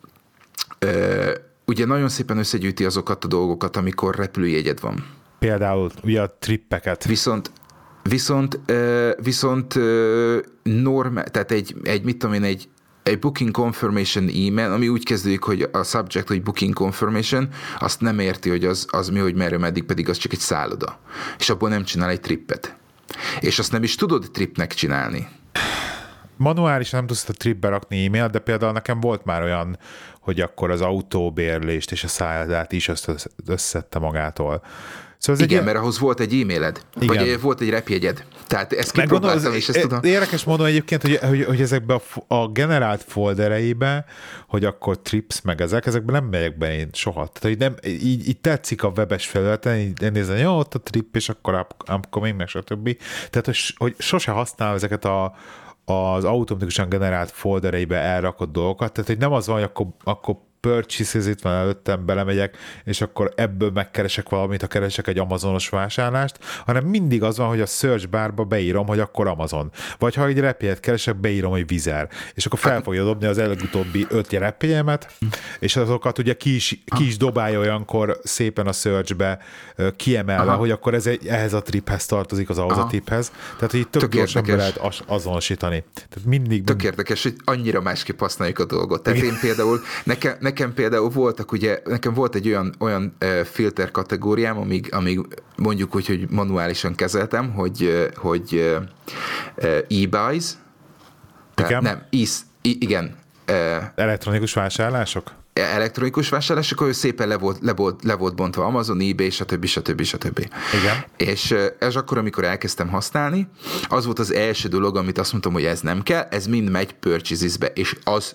ö, ugye nagyon szépen összegyűjti azokat a dolgokat, amikor repülőjegyed van. Például ugye a trippeket. Viszont viszont, viszont normál, tehát egy, egy mit tudom én, egy, egy booking confirmation e-mail, ami úgy kezdődik, hogy a subject, hogy booking confirmation, azt nem érti, hogy az, az mi, hogy merre, meddig, pedig az csak egy szálloda. És abból nem csinál egy trippet. És azt nem is tudod tripnek csinálni. Manuálisan nem tudsz a tripbe rakni e-mailt, de például nekem volt már olyan, hogy akkor az autóbérlést és a szállodát is összeszedte magától. Szóval igen, egy... mert ahhoz volt egy e-mailed, igen. Vagy volt egy repjegyed. Tehát ezt kipróbáltam, és ezt tudom. Érdekes mondom egyébként, hogy, hogy, hogy ezekben a, a generált foldereibe, hogy akkor trips meg ezek, ezekben nem megyek be én soha. Tehát, hogy nem, így, így tetszik a webes felületen, így nézem, jó, ott a trip, és akkor upcoming, meg stb. Tehát, hogy, hogy sose használom ezeket a az automatikusan generált foldereibe elrakott dolgokat, tehát hogy nem az van, hogy akkor, akkor purchases itt van előttem, belemegyek, és akkor ebből megkeresek valamit, ha keresek egy amazonos vásárlást, hanem mindig az van, hogy a search barba beírom, hogy akkor Amazon. Vagy ha egy repjegyet keresek, beírom, hogy Vizer. És akkor fel fogja dobni az előutóbbi öt repjegyemet, és azokat ugye ki is, ki is dobálja olyankor szépen a searchbe kiemelve, aha, hogy akkor ez egy, ehhez a triphez tartozik, az ahhoz a triphez. Tehát, hogy így tök, tök gyorsan be lehet azonosítani. Tehát mindig... Tök érdekes, hogy annyira másképp használjuk a dolgot. Tehát én például, nekem, nekem például voltak, ugye, nekem volt egy olyan, olyan uh, filter kategóriám, amíg, amíg mondjuk úgy, hogy manuálisan kezeltem, hogy, uh, hogy uh, uh, e-buys, tehát nem, is, i, igen. Uh, Elektronikus vásárlások? Elektronikus vásárlások, akkor ő szépen le volt, le volt, le volt bontva Amazon, eBay, stb. stb. stb. Igen. És ez akkor, amikor elkezdtem használni, az volt az első dolog, amit azt mondtam, hogy ez nem kell, ez mind megy purchases-be, és az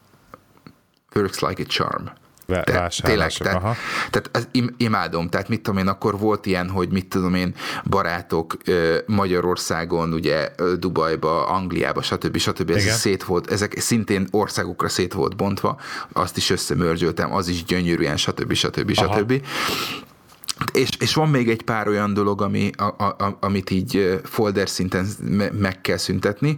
works like a charm. Te, tényleg, tehát, tehát az, im, imádom, tehát mit tudom én, akkor volt ilyen, hogy mit tudom én, barátok Magyarországon, ugye Dubajba, Angliába, stb. stb. Ez szét volt, ezek szintén országokra szét volt bontva, azt is összemörzsöltem, az is gyönyörűen, stb. stb. stb. És, és van még egy pár olyan dolog, ami, a, a, amit így folder szinten meg kell szüntetni.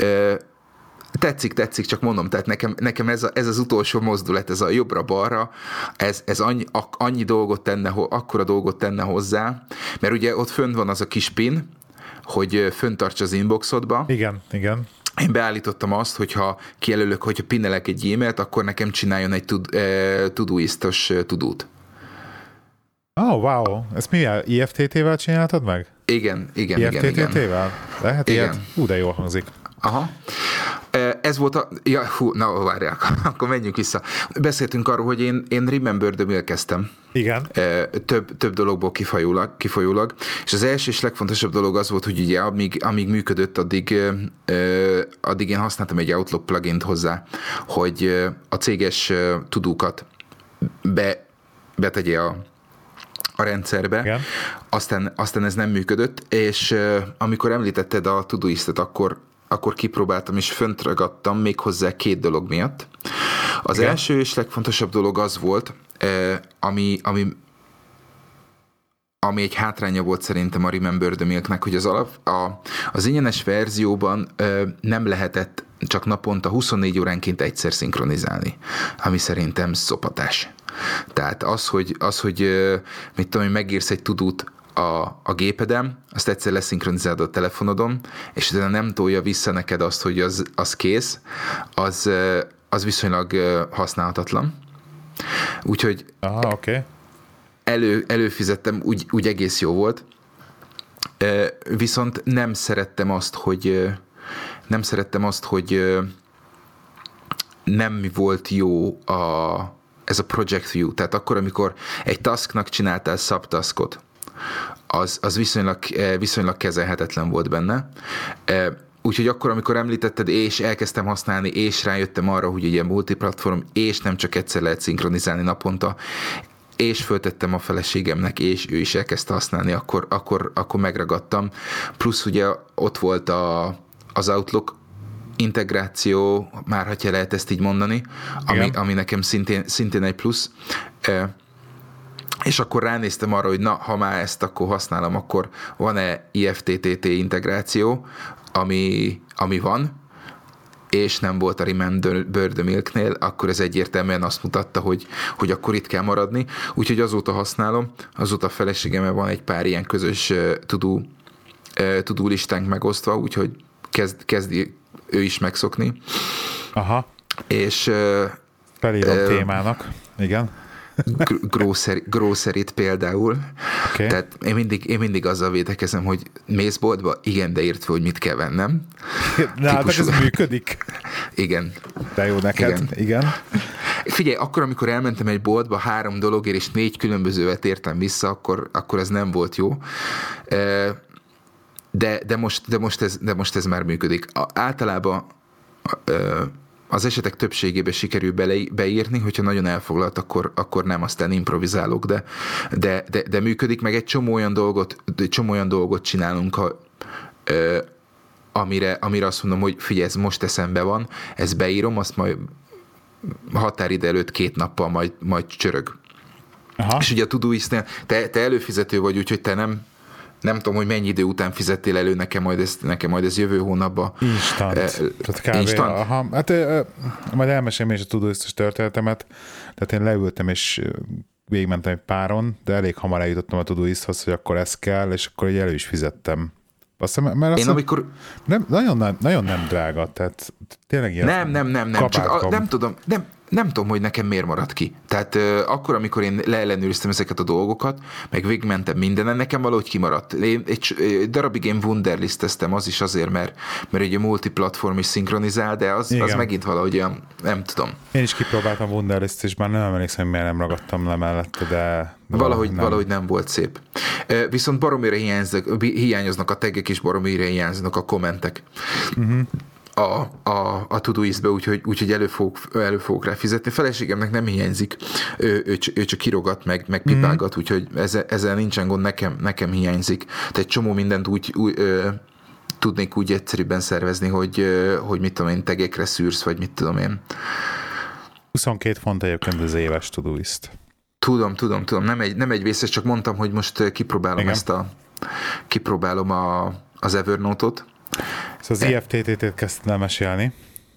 Tetszik, tetszik, csak mondom, tehát nekem, nekem ez, a, ez az utolsó mozdulat, ez a jobbra-balra, ez, ez annyi, annyi dolgot tenne, akkora dolgot tenne hozzá, mert ugye ott fönt van az a kis pin, hogy fönt tarts az inboxodba. Igen, igen. Én beállítottam azt, hogyha kijelölök, hogyha pinnelek egy e-mailt, akkor nekem csináljon egy Todoist-os tudót. Oh, wow. Ezt mivel? I F T T-vel csináltad meg? Igen, igen, I F T T-vel? igen. I F T T-vel? Lehet igen. Ilyet? Hú, de jól hangzik. Aha. Ez volt a... Ja, hú, na, várjál, akkor menjünk vissza. Beszéltünk arról, hogy én, én Remember the Mill kezdtem. Igen. Több, több dologból kifolyólag, kifolyólag. És az első és legfontosabb dolog az volt, hogy ugye amíg, amíg működött, addig, addig én használtam egy Outlook plugint hozzá, hogy a céges tudókat be, betegye a a rendszerbe, igen. Aztán, aztán ez nem működött, és uh, amikor említetted a Todoistet, akkor, akkor kipróbáltam, és fönt ragadtam még hozzá két dolog miatt. Az igen. első és legfontosabb dolog az volt, uh, ami, ami, ami egy hátránya volt szerintem a Remember the Milknek, hogy az, alap, a, az ingyenes verzióban uh, nem lehetett csak naponta huszonnégy óránként egyszer szinkronizálni, ami szerintem szopatás. Tehát az, hogy, az, hogy mit tudom, hogy megírsz egy tudót a, a gépedem, azt egyszer leszinkronizálod a telefonodon, és utána nem tolja vissza neked azt, hogy az, az kész, az, az viszonylag használhatatlan. Úgyhogy aha, okay. elő, előfizettem, úgy, úgy egész jó volt. Viszont nem szerettem azt, hogy nem szerettem azt, hogy nem volt jó a ez a project view, tehát akkor, amikor egy tasknak csináltál subtaskot, az, az viszonylag, viszonylag kezelhetetlen volt benne. Úgyhogy akkor, amikor említetted, és elkezdtem használni, és rájöttem arra, hogy ugye multiplatform, és nem csak egyszer lehet szinkronizálni naponta, és föltettem a feleségemnek, és ő is elkezdte használni, akkor, akkor, akkor megragadtam. Plusz ugye ott volt a, az Outlook integráció, már ha lehet ezt így mondani, ami, ami nekem szintén, szintén egy plusz. és akkor ránéztem arra, hogy na, ha már ezt akkor használom, akkor van-e i ef té té té integráció, ami, ami van, és nem volt a Remember the Milknél, akkor ez egyértelműen azt mutatta, hogy, hogy akkor itt kell maradni. Úgyhogy azóta használom, azóta a feleségemmel van egy pár ilyen közös uh, to-do, uh, to-do listánk megosztva, úgyhogy kezd, kezdi ő is megszokni. Aha. És uh, felírom uh, témának, igen. grocery, groceryt például. Okay. Tehát én mindig, én mindig azzal védekezem, hogy mész boltba, igen, de írd fel, hogy mit kell vennem. De hát ez működik. Igen. De jó neked, igen. igen. Figyelj, akkor, amikor elmentem egy boltba három dologért, és négy különbözővel tértem vissza, akkor, akkor ez nem volt jó. De, de, most, de, most, ez, de most ez már működik. Általában az esetek többségébe sikerül bele, beírni, hogyha nagyon elfoglalt, akkor, akkor nem, aztán improvizálok, de, de, de, de működik, meg egy csomó olyan dolgot, egy csomó olyan dolgot csinálunk, ha, ö, amire, amire azt mondom, hogy figyelj, ez most eszembe van, ezt beírom, azt majd határidő előtt két nappal majd, majd csörög. Aha. És ugye a Todoistnél, te, te előfizető vagy, úgyhogy te nem nem tudom, hogy mennyi idő után fizettél elő nekem majd ez, nekem majd ez jövő hónapban. Instant. Eh, Tehát kb. Instant? Aha. Hát eh, majd elmesélem is a Todoistos történetemet. Tehát én leültem és végigmentem egy páron, de elég hamar eljutottam a Todoisthoz, hogy akkor ez kell, és akkor elő is fizettem. Azt hiszem, mert azt én amikor... Nem, nagyon, nem, nagyon nem drága, tehát tényleg ilyen Nem, nem, nem, nem, csak a, nem tudom, nem, nem tudom, hogy nekem miért maradt ki. Tehát uh, akkor, amikor én leellenőriztem ezeket a dolgokat, meg végigmentem mindenen, nekem valahogy kimaradt. Én egy, egy darabig én wunderlisteztem, az is azért, mert, mert egy multiplatform is szinkronizál, de az, az megint valahogy olyan, nem tudom. Én is kipróbáltam Wunderlist, és már nem emlékszem, hogy miért nem ragadtam le mellette, de... Valahogy nem. valahogy nem volt szép. Viszont baromira hiányoznak a taggek, és baromira hiányoznak a kommentek. Uh-huh. A, a, a Todoistbe, úgyhogy, úgyhogy elő, fogok, elő fogok rá fizetni. A feleségemnek nem hiányzik, ő, ő, ő csak kirogat, meg, meg pipálgat, mm. úgyhogy ezzel, ezzel nincsen gond, nekem, nekem hiányzik. Tehát egy csomó mindent úgy, úgy ö, tudnék úgy egyszerűbben szervezni, hogy, ö, hogy mit tudom én, tegekre szűrsz, vagy mit tudom én. huszonkét font egyébként az éves Todoist. Tudom, tudom, tudom. Nem egy, nem egy vészes, csak mondtam, hogy most kipróbálom Igen. ezt a kipróbálom a, az Evernote-ot. Szóval az i ef té té té-t kezdtem el mesélni.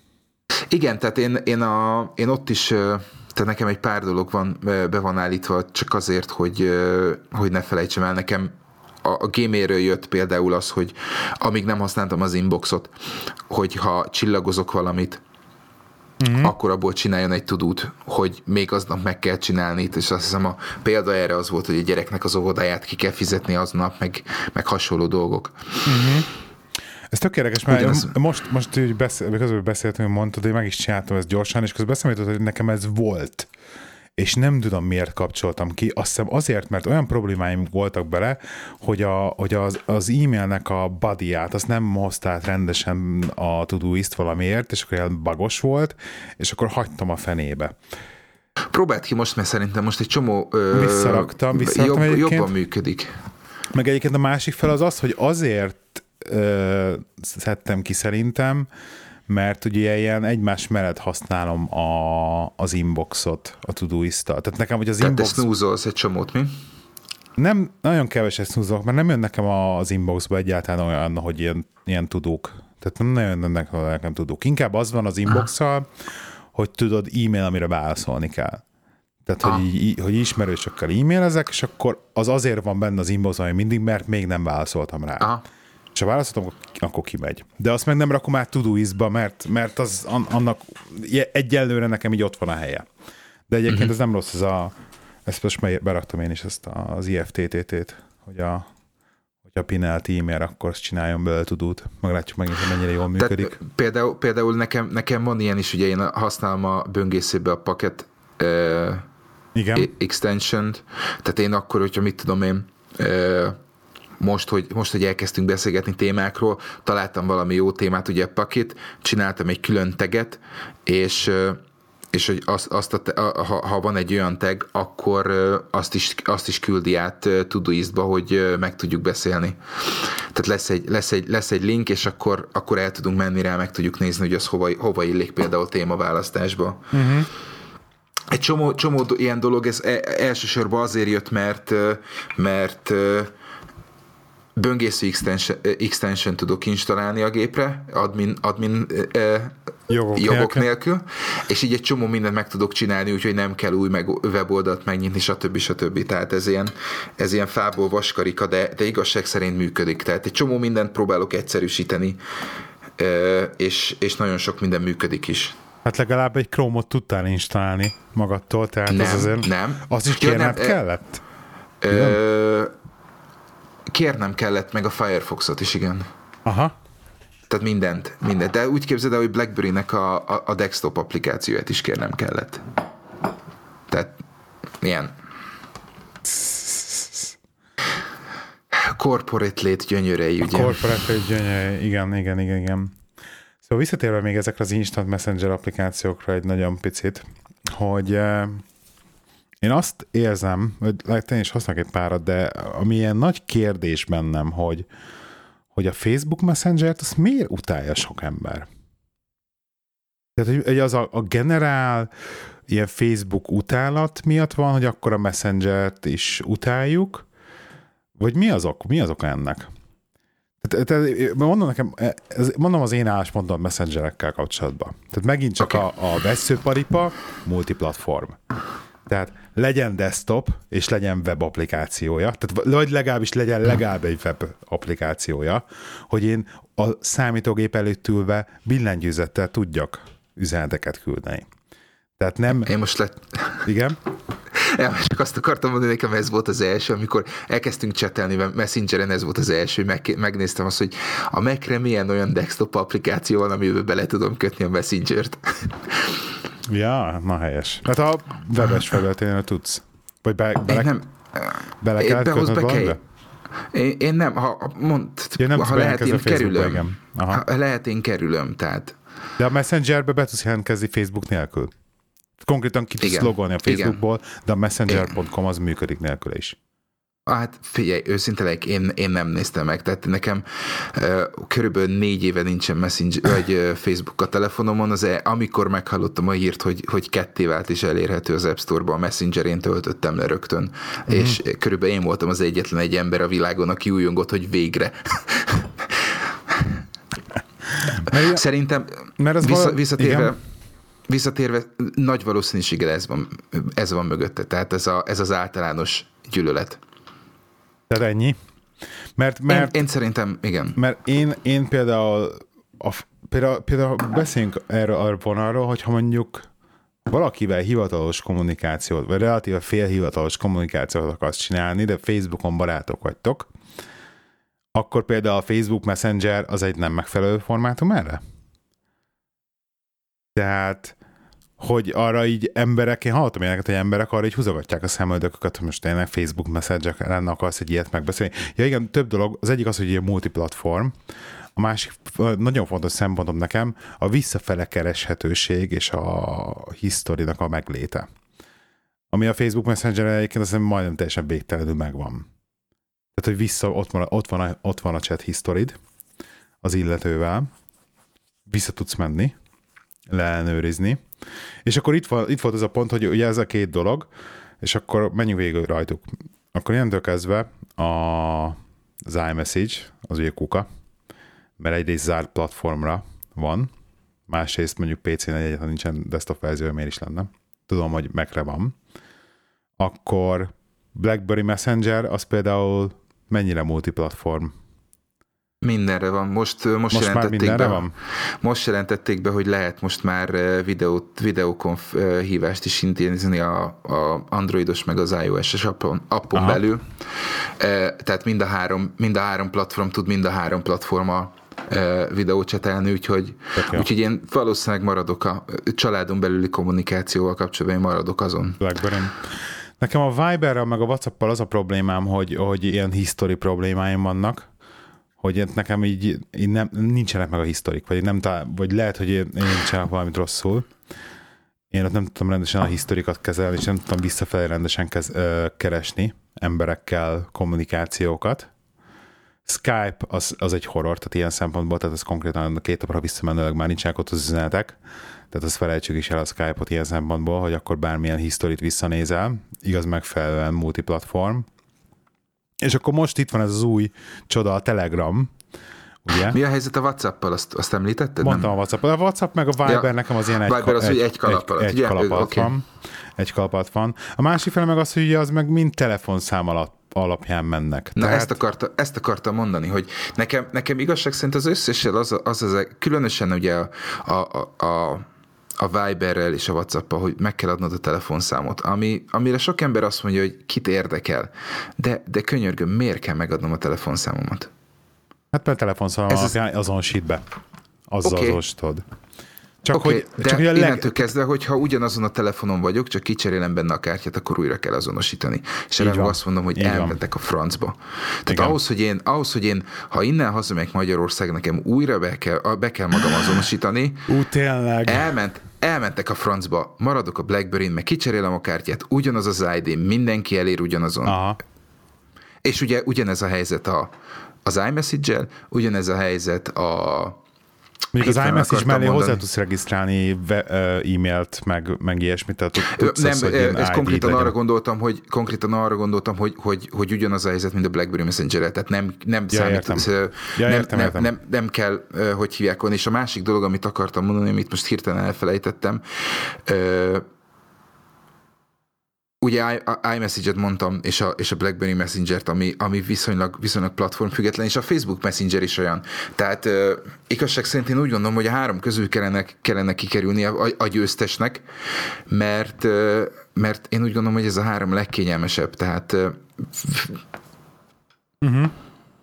Igen, tehát én, én, a, én ott is, tehát nekem egy pár dolog van, be van állítva, csak azért, hogy, hogy ne felejtsem el. Nekem a, a Gmailről jött például az, hogy amíg nem használtam az inboxot, hogyha csillagozok valamit, uh-huh. akkor abból csináljon egy tudót, hogy még aznap meg kell csinálni, és azt hiszem a példa erre az volt, hogy a gyereknek az óvodáját ki kell fizetni aznap, meg, meg hasonló dolgok. Uh-huh. Ez tök érdekes, mert Ugyanaz... most, most így beszél, közben beszéltem, hogy mondtad, hogy meg is csináltam ezt gyorsan, és közben eszembe jutott, hogy nekem ez volt. És nem tudom, miért kapcsoltam ki. Azt hiszem azért, mert olyan problémáim voltak bele, hogy, a, hogy az, az e-mailnek a bodyját, azt nem hozta át rendesen a Todoist valamiért, és akkor ilyen bagos volt, és akkor hagytam a fenébe. Próbáld ki most, mert szerintem most egy csomó ö, visszaraktam, visszaraktam jobb, jobban működik. Meg egyébként a másik fel az az, hogy azért Ö, szedtem ki szerintem, mert ugye ilyen egymás mellett használom a, az inboxot, a Todoist-tal. Tehát nekem, hogy az Tehát inbox... te snoozolsz egy csomót, mi? Nem, nagyon keveset snoozolok, mert nem jön nekem az inboxba egyáltalán olyan, hogy ilyen, ilyen tudók. Tehát nem nagyon jönnek nekem tudók. Inkább az van az inbox-szal, hogy tudod e-mail, amire válaszolni kell. Tehát, ah. hogy, így, hogy ismerősökkel e-mailezek, és akkor az azért van benne az inboxban, hogy mindig, mert még nem válaszoltam rá. Ah. És ha válaszoltam, akkor kimegy. De azt meg nem rakom át Todoistba, mert, mert az annak egyelőre nekem így ott van a helye. De egyébként uh-huh. ez nem rossz, ez a, ezt most beraktam én is ezt az i ef té té té-t, hogy a, hogy a pinelt e-mail, akkor azt csináljon belőle Todót. Meglátjuk megint, hogy mennyire jól működik. Tehát, például például nekem, nekem van ilyen is, ugye én használom a böngészőbe a Pocket uh, Igen. extension-t, tehát én akkor, hogyha mit tudom én, uh, Most hogy, most, hogy elkezdtünk beszélgetni témákról, találtam valami jó témát, ugye a Pocket, csináltam egy külön taget, és, és hogy azt, azt a, ha, ha van egy olyan tag, akkor azt is, azt is küldi át Todoistba, hogy meg tudjuk beszélni. Tehát lesz egy, lesz egy, lesz egy link, és akkor, akkor el tudunk menni rá, meg tudjuk nézni, hogy az hova, hova illik például témaválasztásba. Uh-huh. egy csomó, csomó ilyen dolog, ez elsősorban azért jött, mert, mert böngésző extension, extension tudok installálni a gépre, admin, admin jogok, jogok nélkül. nélkül, és így egy csomó mindent meg tudok csinálni, úgyhogy nem kell új meg weboldalt megnyitni, stb. stb. Tehát ez ilyen, ez ilyen fából vaskarika, de, de igazság szerint működik. Tehát egy csomó mindent próbálok egyszerűsíteni, és, és nagyon sok minden működik is. Hát legalább egy Chrome-ot tudtál installálni magadtól, tehát nem, az azért... Nem, azt is kérned ja, kellett? Ö, kérnem kellett, meg a Firefoxot is, igen. Aha. Tehát mindent, mindent. De úgy képzeld el, hogy BlackBerry-nek a, a, a desktop applikációját is kérnem kellett. Tehát ilyen corporate lét gyönyörei, ugye? A corporate lét gyönyörei, igen, igen, igen, igen. Szóval visszatérve még ezekre az Instant Messenger applikációkra egy nagyon picit, hogy eh, én azt érzem, hogy lehet, én is használok egy párat, de ami ilyen nagy kérdés bennem, hogy, hogy a Facebook Messenger-t azt miért utálja sok ember? Tehát, hogy az a, a generál ilyen Facebook utálat miatt van, hogy akkor a Messenger-t is utáljuk, vagy mi az ok? Mi az oka ennek? Tehát, tehát mondom nekem, mondom az én álláspontom messengerekkel kapcsolatban. Tehát megint csak okay. a, a vesszőparipa, multiplatform. Tehát legyen desktop, és legyen web applikációja, tehát vagy legalábbis legyen legalább egy web applikációja, hogy én a számítógép előtt ülve billentyűzettel tudjak üzeneteket küldeni. Tehát nem... Én most lett... Igen? Ja, csak azt akartam mondani, nekem ez volt az első, amikor elkezdtünk csetelni Messengeren, ez volt az első, meg, megnéztem azt, hogy a Mac-re milyen olyan desktop applikáció van, amiben bele tudom kötni a Messengert. Ja, na helyes. Hát a webes felületén tudsz. Vagy be, bele, nem, bele kellett kötnöd be valamibe? Én, én nem, ha, mond, ja, nem ha lehet, én kerülöm. Ha lehet, én kerülöm, tehát. De a Messengerbe be tudsz jelentkezni Facebook nélkül. Konkrétan ki tudsz logolni a Facebookból, igen. De a messenger pont com az működik nélkül is. Hát figyelj, őszintén én, én nem néztem meg, tehát nekem uh, körülbelül négy éve nincsen Messenger, vagy uh, Facebook a telefonomon, az e, amikor meghallottam a hírt, hogy, hogy ketté vált és elérhető az App Store-ban, a Messenger én töltöttem le rögtön, mm-hmm. és körülbelül én voltam az egyetlen egy ember a világon, aki újongott, hogy végre. Mert, Szerintem mert vissza, vala... visszatérve igen. Visszatérve, nagy valószínűséggel ez van, ez van mögötte. Tehát ez, a, ez az általános gyűlölet. Tehát ennyi? Mert, mert, én, én szerintem, igen. Mert én, én például, a, például, például beszéljünk erről a vonalról, hogyha mondjuk valakivel hivatalos kommunikációt, vagy relatíve félhivatalos kommunikációt akarsz csinálni, de Facebookon barátok vagytok, akkor például a Facebook Messenger az egy nem megfelelő formátum erre? Tehát hogy arra így emberek, én hallottam ilyeneket, hogy emberek arra így húzogatják a szemöldököket, hogy most tényleg Facebook Messenger lenne, akarsz egy ilyet megbeszélni. Ja igen, több dolog. Az egyik az, hogy ilyen multiplatform. A másik nagyon fontos szempontom nekem a visszafele kereshetőség és a historinak a megléte. Ami a Facebook Messenger egyébként azt majdnem teljesen végtelenül megvan. Tehát, hogy vissza, ott van, ott van, a, ott van a chat historid az illetővel, vissza tudsz menni, leellenőrizni. És akkor itt, van, itt volt az a pont, hogy ugye ez a két dolog, és akkor menjünk végül rajtuk. Akkor innentől kezdve a, az iMessage, az ugye kuka, mert egyrészt zárt platformra van, másrészt mondjuk pé cén egyáltalán nincsen desktop verzió, miért is lenne. Tudom, hogy Macre van. Akkor BlackBerry Messenger, az például mennyire multiplatform? Mindenre van. Most, most, most jelentették be, van? Most jelentették be, hogy lehet most már videót, videokonf hívást is intézni a, a Androidos meg az iOS-es appon, appon belül. Tehát mind a, három, mind a három platform tud mind a három platforma videót csetelni, úgyhogy, úgyhogy én valószínűleg maradok a családon belüli kommunikációval kapcsolatban, én maradok azon. BlackBerry. Nekem a Viberrel meg a WhatsAppal az a problémám, hogy, hogy ilyen history problémáim vannak, hogy nekem így, így nem, nincsenek meg a historik, vagy, nem talál, vagy lehet, hogy én, én csinálok valamit rosszul. Én ott nem tudtam rendesen a historikat kezelni, és nem tudtam visszafelé rendesen kez, ö, keresni emberekkel kommunikációkat. Skype az, az egy horror, tehát ilyen szempontból, tehát ez konkrétan a két napra visszamenőleg már nincsenek ott az üzenetek, tehát azt felejtsük is el a Skype-ot ilyen szempontból, hogy akkor bármilyen historit visszanézel, igaz megfelelően multiplatform. És akkor most itt van ez az új csoda, a Telegram, ugye? Mi a helyzet a WhatsApp-pal? Azt, azt említetted? Mondtam nem? a WhatsApp. A WhatsApp meg a Viber ja, nekem az ilyen egy, Viber az, egy, egy kalap alatt, egy, ugye? egy kalap alatt Okay. van. Egy kalap alatt van. A másik fele meg az, hogy ugye az meg mind telefonszám alatt alapján mennek. Na Tehát... ezt, akarta, ezt akartam mondani, hogy nekem, nekem igazság szerint az összessel az, az, az, az különösen ugye a, a, a, a Viberrel és a WhatsApp-al, hogy meg kell adnod a telefonszámot, ami, amire sok ember azt mondja, hogy kit érdekel, de, de könyörgöm, miért kell megadnom a telefonszámomat? Hát mert telefonszám alapján ez... azonosít be. Azzal okay. azonosítod. Csak okay, hogy, de csak hogy a leg... innentől kezdve, hogyha ugyanazon a telefonon vagyok, csak kicserélem benne a kártyát, akkor újra kell azonosítani. És erre azt mondom, hogy elmentek a francba. Tehát igen. ahhoz, hogy én, ahhoz, hogy én, ha innen hazamegyek Magyarország, nekem újra be kell, be kell magam azonosítani. Ú, tényleg. Elment, elmentek a francba, maradok a BlackBerryn, meg kicserélem a kártyát, ugyanaz az i dé, mindenki elér ugyanazon. Aha. És ugye ugyanez a helyzet a, az iMessage-el, ugyanez a helyzet a Mondjuk az iMessage mellé mondani. Hozzá tudsz regisztrálni e-mailt, meg, meg ilyesmit, tehát tudsz nem, az, hogy ez konkrétan arra gondoltam, hogy konkrétan arra gondoltam, hogy, hogy, hogy ugyanaz a helyzet, mint a BlackBerry Messenger-re, tehát nem, nem ja, számít, értem. Ja, nem, értem, nem, értem. Nem, nem kell, hogy hívják volna. És a másik dolog, amit akartam mondani, amit most hirtelen elfelejtettem, ugye iMessage-et mondtam, és a, és a BlackBerry Messenger-t, ami, ami viszonylag, viszonylag platformfüggetlen, és a Facebook Messenger is olyan. Tehát uh, igazság szerint én úgy gondolom, hogy a három közül kellene, kellene kikerülni a, a győztesnek, mert, uh, mert én úgy gondolom, hogy ez a három legkényelmesebb. Tehát uh, uh-huh.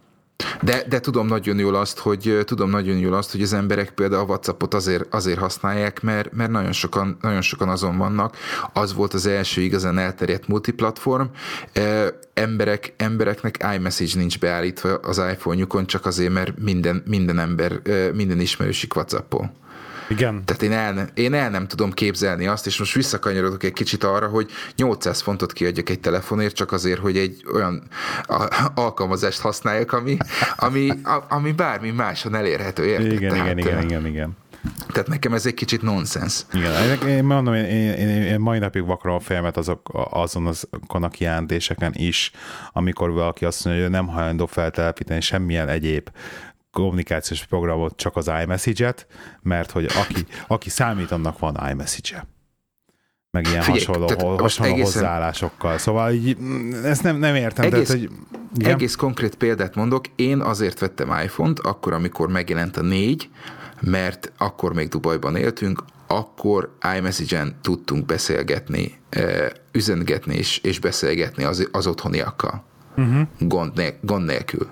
De, de tudom nagyon jól azt, hogy tudom nagyon jól azt, hogy az emberek például a WhatsAppot azért, azért használják, mert, mert nagyon sokan, nagyon sokan azon vannak. Az volt az első igazán elterjedt multiplatform. E, emberek, embereknek iMessage nincs beállítva az iPhone-jukon, csak azért, mert minden, minden ember, minden ismerősük WhatsAppol. Igen. Tehát én el, én el nem tudom képzelni azt, és most visszakanyarodok egy kicsit arra, hogy nyolcszáz fontot kiadjak egy telefonért, csak azért, hogy egy olyan alkalmazást használjak, ami, ami, ami bármi máson elérhető, érted? Igen, tehát, igen, igen, igen, igen. Tehát nekem ez egy kicsit nonsens. Igen, én mondom, én, én, én, én mai napig vakarom a fejemet azok, azon azokon a kijelentéseken is, amikor valaki azt mondja, hogy nem hajlandó feltelepíteni semmilyen egyéb kommunikációs programot, csak az iMessage-et, mert hogy aki, aki számít, annak van iMessage-e. Meg ilyen Figyelj, hasonló, hasonló egészen, hozzáállásokkal. Szóval így, ezt nem, nem értem. Egész, tehát, hogy, egész konkrét példát mondok. Én azért vettem iPhone-t, akkor, amikor megjelent a négy, mert akkor még Dubajban éltünk, akkor iMessage-en tudtunk beszélgetni, üzengetni és, és beszélgetni az, az otthoniakkal. Uh-huh. Gond, nél, gond nélkül.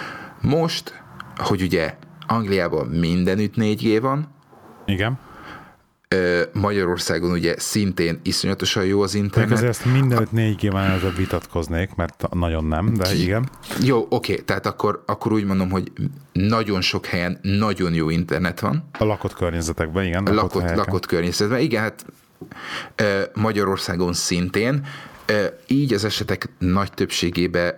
Most hogy ugye Angliában mindenütt négy G van. Igen. Magyarországon ugye szintén iszonyatosan jó az internet. Még azért ezt mindenütt négy G van, ezzel vitatkoznék, mert nagyon nem, de igen. Jó, oké, tehát akkor, akkor úgy mondom, hogy nagyon sok helyen nagyon jó internet van. A lakott környezetekben, igen. A lakott, lakott, lakott környezetben, igen, hát Magyarországon szintén. Így az esetek nagy többségében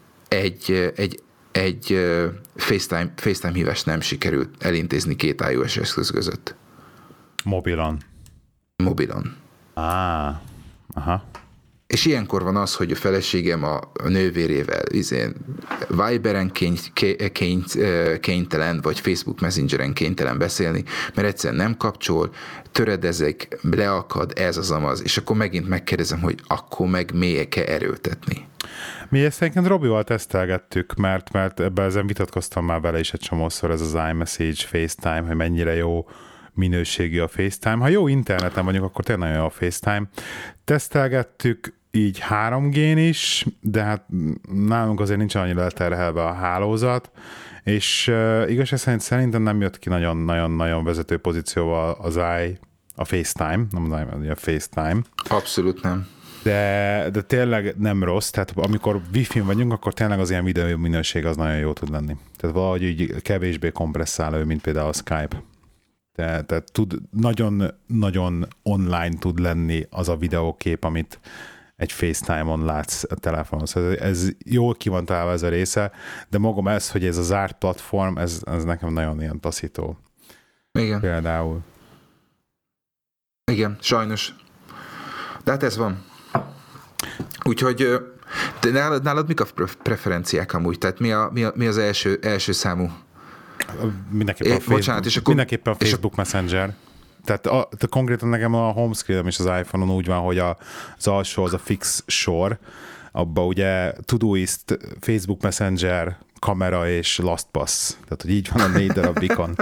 egy, egy egy uh, FaceTime, FaceTime hívást nem sikerült elintézni két iOS eszköz között. Mobilon. Mobilon. Ah, aha. És ilyenkor van az, hogy a feleségem a nővérével izén, Viberen kény, kény, kénytelen, vagy Facebook Messengeren kénytelen beszélni, mert egyszerűen nem kapcsol, töredezik, leakad, ez az amaz, és akkor megint megkérdezem, hogy akkor meg miért kell erőltetni. Mi ezt egyébként Robival tesztelgettük, mert, mert ebben ezen vitatkoztam már vele is egy csomószor, ez az iMessage, FaceTime, hogy mennyire jó minőségű a FaceTime. Ha jó interneten vagyunk, akkor tényleg nagyon jó a FaceTime. Tesztelgettük így három G-n is, de hát nálunk azért nincs annyira leterhelve a hálózat, és uh, igazság szerint szerintem nem jött ki nagyon-nagyon-nagyon vezető pozícióval az i, a FaceTime, nem mondom, a FaceTime. Abszolút nem. De, de tényleg nem rossz, tehát amikor Wi-Fi-n vagyunk, akkor tényleg az ilyen videó minőség az nagyon jó tud lenni. Tehát valahogy így kevésbé kompresszáló, mint például a Skype. Tehát, tehát tud, nagyon-nagyon online tud lenni az a videókép, amit egy FaceTime-on látsz a telefonon. Szóval ez jól ki van találva ez a része, de magam ez, hogy ez a zárt platform, ez, ez nekem nagyon ilyen taszító. Igen. Például. Igen, sajnos. De hát ez van. Úgyhogy de nálad, nálad mik a preferenciák amúgy? Tehát mi, a, mi, a, mi az első, első számú? Mindenképpen a Facebook, Bocsánat, és akkor, mindenképpen a Facebook és Messenger. Tehát, a, tehát konkrétan nekem a home screen-em is az iPhone-on úgy van, hogy a, az alsó az a fix sor, abba ugye Todoist, Facebook Messenger, kamera és LastPass. Tehát, hogy így van a négy darab ikon.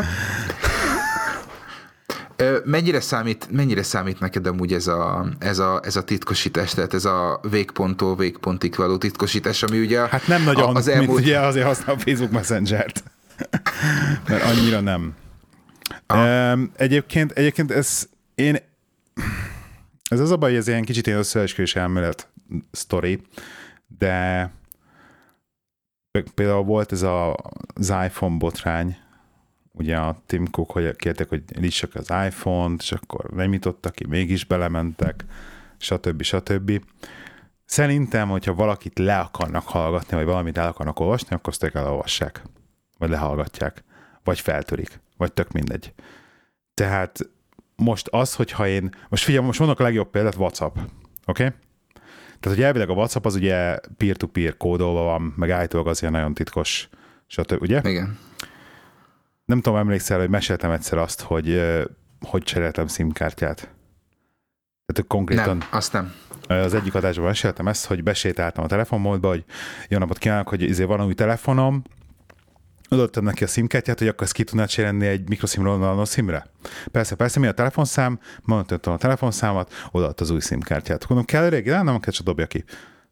Mennyire számít, mennyire számít neked amúgy ez a, ez, a, ez a titkosítás, tehát ez a végponttól végpontig való titkosítás, ami ugye... Hát nem nagyon, az elmúlt... mint ugye azért használ a Facebook Messenger-t. Mert annyira nem. Um, egyébként, egyébként ez én ez az a baj, hogy ez ilyen kicsit ilyen összeesküvés elmélet sztori, de például volt ez a, az iPhone botrány, ugye a Tim Cook, hogy kérték, hogy nyissák az iPhone-t, és akkor nem nyitottak ki, mégis belementek, stb. stb. Szerintem, hogyha valakit le akarnak hallgatni, vagy valamit el akarnak olvasni, akkor azt elolvassák, vagy lehallgatják, vagy feltörik, vagy tök mindegy. Tehát most az, hogyha én, most figyelj, most mondok a legjobb példát, WhatsApp, oké? Okay? Tehát, hogy elvileg a WhatsApp az ugye peer-to-peer kódolva van, meg állítólag az ilyen nagyon titkos, stb., ugye? Igen. Nem tudom, emlékszel, hogy meséltem egyszer azt, hogy hogy cseréltem SIM-kártyát. Tehát konkrétan... Nem, azt nem. Az egyik adásban meséltem ezt, hogy besétáltam a telefonmódba, hogy jó napot kívánok, hogy izé van új telefonom, odaadtam neki a SIM-kártyát, hogy akkor ezt ki tudná cserélni egy mikroszimról nano SIM-re. Persze, persze, mi a telefonszám, mondtam a telefonszámat, odaadta az új SIM-kártyát. Mondom, kell régi? Nem, nem kell, csak dobja ki.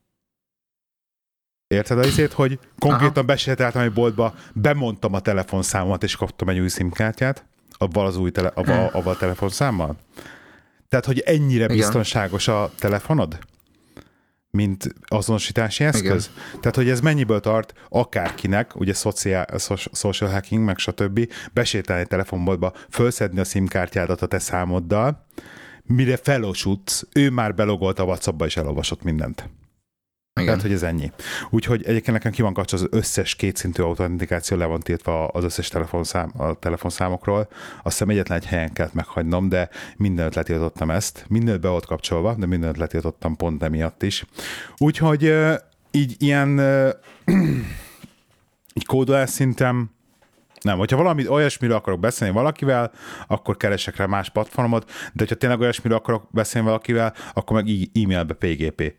Érted az izét, hogy konkrétan besétáltam egy boltba, bemondtam a telefonszámomat, és kaptam egy új SIM-kártyát, avval az új tele, avval, avval a telefonszámmal? Tehát, hogy ennyire igen. biztonságos a telefonod, mint azonosítási eszköz? Igen. Tehát, hogy ez mennyiből tart akárkinek, ugye social, social hacking, meg stb. Besétálni egy telefonboltba, fölszedni a SIM-kártyádat a te számoddal, mire felosutsz, ő már belogolt a WhatsAppba, és elolvasott mindent. Igen. Tehát, hogy ez ennyi. Úgyhogy egyébként nekem ki van kapcsolva az összes kétszintű autentikáció, le van tiltva az összes telefonszám, a telefonszámokról. Azt hiszem egyetlen egy helyen kellett meghagynom, de mindenütt letiltottam ezt. Mindenütt be volt kapcsolva, de mindenütt letiltottam pont emiatt is. Úgyhogy így ilyen így kódolás szintem nem, hogyha valami olyasmiről akarok beszélni valakivel, akkor keresek rá más platformot, de hogyha tényleg olyasmiről akarok beszélni valakivel, akkor meg e-mailbe pé gé pé.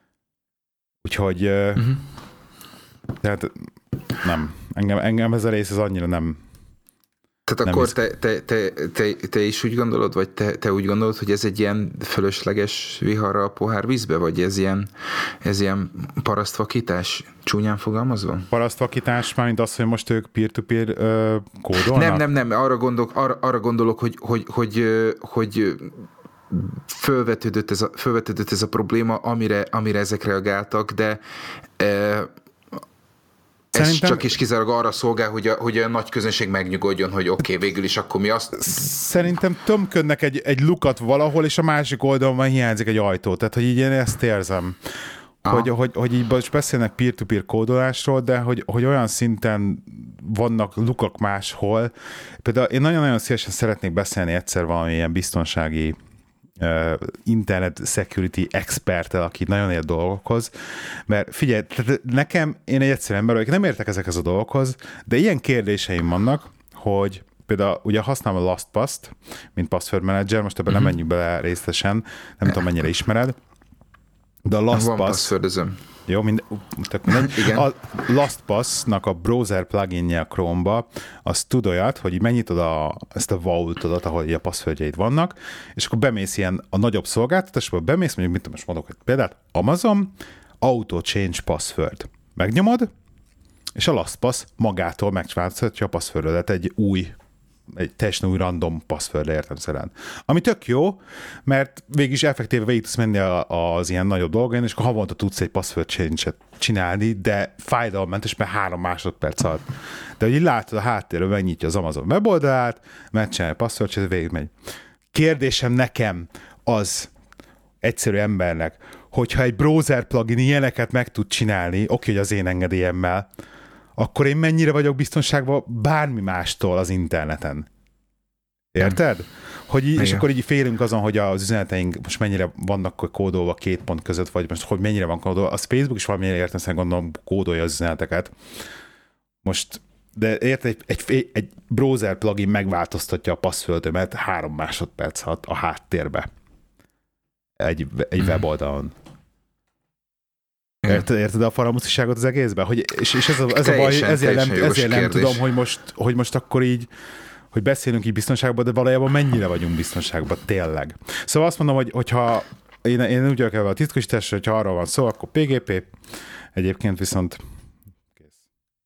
Úgyhogy uh-huh. tehát nem, engem, engem ez a rész az annyira nem. Tehát nem akkor te, te, te, te, te is úgy gondolod, vagy te, te úgy gondolod, hogy ez egy ilyen fölösleges viharra a pohár vízbe, vagy ez ilyen, ez ilyen parasztvakítás, csúnyán fogalmazva? Parasztvakítás, mármint az, hogy most ők peer-to-peer uh, kódolnak? Nem, nem, nem, arra gondolok, arra, arra gondolok hogy, hogy, hogy, hogy fölvetődött ez a, fölvetődött ez a probléma, amire, amire ezek reagáltak, de e, ez Szerintem... csak is kizárólag arra szolgál, hogy a, hogy a nagy közönség megnyugodjon, hogy oké, okay, végül is akkor mi azt... Szerintem tömködnek egy, egy lukat valahol, és a másik oldalon már hiányzik egy ajtó. Tehát, hogy így én ezt érzem. Hogy, hogy, hogy így most beszélnek peer-to-peer kódolásról, de hogy, hogy olyan szinten vannak lukak máshol. Például én nagyon-nagyon szívesen szeretnék beszélni egyszer valamilyen biztonsági Uh, internet security experttel, aki nagyon ért dolgokhoz, mert figyelj, nekem, én egy egyszerű ember vagyok, nem értek ezekhez a dolgokhoz, de ilyen kérdéseim vannak, hogy például ugye használom a LastPass-t, mint password manager, most ebben uh-huh. nem menjünk bele részletesen, nem tudom, mennyire ismered, de a LastPass... Van passwordözöm. Jó, mind, tök mindegy. A LastPass-nak a browser pluginje a Chrome-ba, az tud olyat, hogy megnyitod a, ezt a vaultodat, ahol a passwordjaid vannak, és akkor bemész ilyen a nagyobb szolgáltatásba, bemész, mondjuk, mit most mondok, hogy példát, Amazon, auto change password. Megnyomod, és a LastPass magától megváltoztatja a passwordodat egy új, egy teljesen új random passwordre értelemszerűen. Ami tök jó, mert végig effektíve végig tudsz menni az ilyen nagyobb dolgain, és akkor havonta tudsz egy password change-et csinálni, de fájdalommentes, mert három másodperc alatt. De hogy így látod a háttérről, megnyitja az Amazon weboldalát, megcsinálja a password change-et, végig megy. Kérdésem nekem az egyszerű embernek, hogyha egy browser plugin ilyeneket meg tud csinálni, oké, hogy az én engedélyemmel, akkor én mennyire vagyok biztonságban bármi mástól az interneten. Érted? Hogy így, és akkor így félünk azon, hogy az üzeneteink most mennyire vannak kódolva két pont között, vagy most hogy mennyire van kódolva. Az Facebook is valamilyen értelmesen gondolom kódolja az üzeneteket. Most, de érted, egy, egy, egy browser plugin megváltoztatja a passzföldömet három másodperc alatt a háttérbe. Egy, egy weboldalon. Érted, érted a faramuciságot az egészben? Hogy, és, és ez a, ez a baj, ezért nem, ezért nem tudom, hogy most, hogy most akkor így hogy beszélünk így biztonságban, de valójában mennyire vagyunk biztonságban, tényleg. Szóval azt mondom, hogy hogyha én, én úgy vagyok ebben a titkosításra, hogyha arról van szó, akkor pé gé pé, egyébként viszont kész.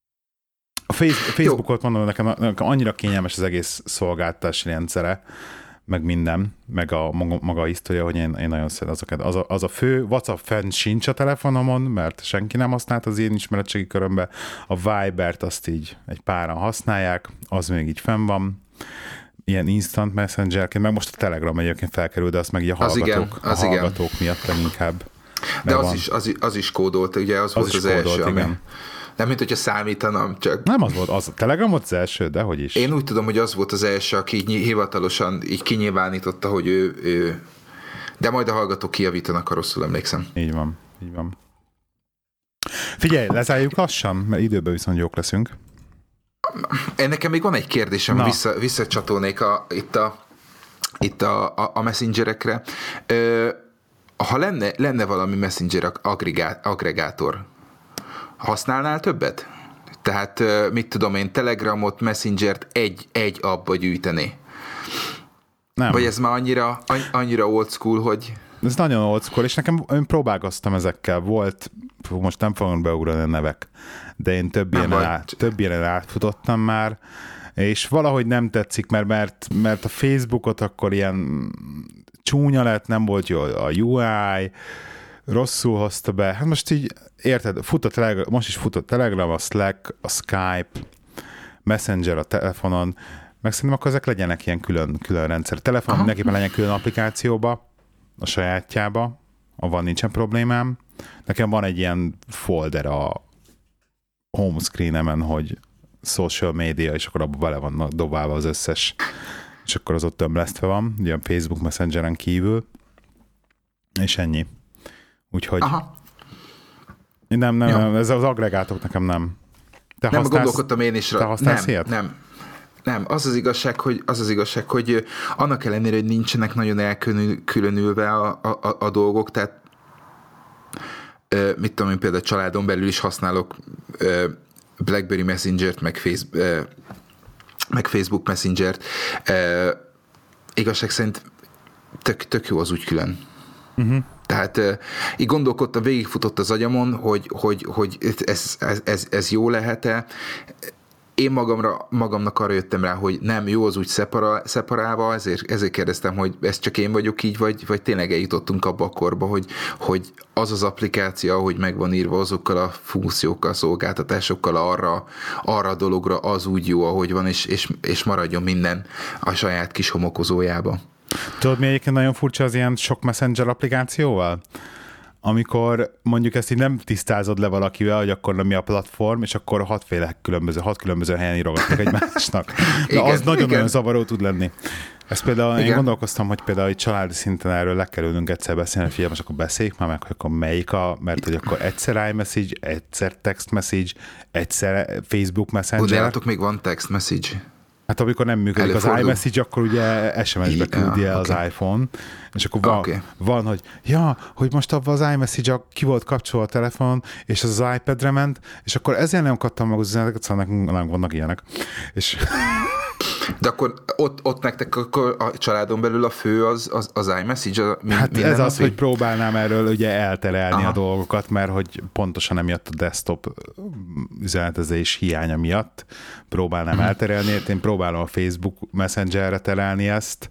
A Facebookot mondom, nekem, nekem annyira kényelmes az egész szolgáltatási rendszere, meg minden, meg a maga, maga a hisztória, hogy én, én nagyon szeretem azokat. Az a, az a fő, WhatsApp fenn sincs a telefonomon, mert senki nem használt az én ismeretségi körömbe. A Vibert azt így egy páran használják, az még így fenn van. Ilyen instant messengerként, meg most a Telegram egyébként felkerül, de azt meg így a hallgatók, igen, a hallgatók miatt inkább. De az is, az, az is kódolt, ugye az, az volt az kódolt, első, ami... Igen. Nem, mint hogyha számítanam, csak... Nem az volt, az a Telegram volt az első, de hogy is. Én úgy tudom, hogy az volt az első, aki így hivatalosan így kinyilvánította, hogy ő, ő... De majd a hallgatók kijavítanak, ha rosszul emlékszem. Így van, így van. Figyelj, lezárjuk lassan, mert időben viszont jók leszünk. Én nekem még van egy kérdésem, vissza, visszacsatolnék a, itt a, itt a, a, a messengerekre. Ö, ha lenne, lenne valami messenger agregá, agregátor, használnál többet? Tehát mit tudom én, Telegramot, Messengert egy, egy appba gyűjteni? Nem. Vagy ez már annyira, annyira old school, hogy... Ez nagyon old school, és nekem én próbálkoztam ezekkel. Volt, most nem fogom beugrani a nevek, de én több ilyenen, át, több ilyenen átfutottam már, és valahogy nem tetszik, mert, mert, mert a Facebookot akkor ilyen csúnya lett, nem volt jó a u i, rosszul hozta be. Hát most így, érted, fut a Telegram, most is fut a Telegram, a Slack, a Skype, Messenger a telefonon, meg szerintem akkor ezek legyenek ilyen külön, külön rendszer. A telefon mindenképpen legyen külön applikációba, a sajátjába, avval nincsen problémám. Nekem van egy ilyen folder a home screenemen, hogy social media, és akkor abban bele vannak dobálva az összes, és akkor az ott tömlesztve van, ugye a Facebook Messengeren kívül, és ennyi. Úgyhogy Aha. nem, nem, nem, ez az agregátok nekem nem. Te nem, gondolkodtam én is. Te használsz nem, ilyet? Nem, nem. Az az igazság, hogy, az az igazság, hogy annak ellenére, hogy nincsenek nagyon elkülönülve a, a, a dolgok, tehát mit tudom én, például családon belül is használok BlackBerry Messengert, meg, face, meg Facebook Messengert. Igazság szerint tök, tök jó az úgy külön. Uh-huh. Tehát uh, így gondolkodtam, végigfutott az agyamon, hogy, hogy, hogy ez, ez, ez, ez jó lehet-e. Én magamra, magamnak arra jöttem rá, hogy nem jó az úgy szepara, szeparálva, ezért, ezért kérdeztem, hogy ez csak én vagyok így, vagy, vagy tényleg eljutottunk abba a korba, hogy, hogy az az applikáció, ahogy meg van írva, azokkal a funkciókkal, szolgáltatásokkal arra, arra a dologra az úgy jó, ahogy van, és, és, és maradjon minden a saját kis homokozójába. Tudod, mi egyébként nagyon furcsa az ilyen sok messenger applikációval? Amikor mondjuk ezt így nem tisztázod le valakivel, hogy akkor mi a platform, és akkor hatféle különböző, hat különböző helyen írogatnak egymásnak. De az nagyon-nagyon zavaró tud lenni. Ezt például igen. Én gondolkoztam, hogy például egy családi szinten erről le kell ülnünk egyszer beszélni, figyelj, most akkor beszéljük már meg, hogy akkor melyik a, mert hogy akkor egyszer iMessage, egyszer text message, egyszer Facebook Messenger. De látok, még van text message. Hát amikor nem működik Előfordul. Az iMessage, akkor ugye es em es-be küldi el okay. az iPhone, és akkor van, okay. van, hogy ja, hogy most abban az iMessage ki volt kapcsolva a telefon, és az az iPad-re ment, és akkor ezért nem kaptam meg az üzeneteket, szóval nekünk nem vannak ilyenek. És... De akkor ott, ott nektek akkor a családon belül a fő az, az, az iMessage? A, mi, hát ez az, hogy próbálnám erről ugye elterelni Aha. a dolgokat, mert hogy pontosan emiatt a desktop üzenetezés hiánya miatt próbálnám hmm. elterelni. Én próbálom a Facebook Messengerre terelni ezt.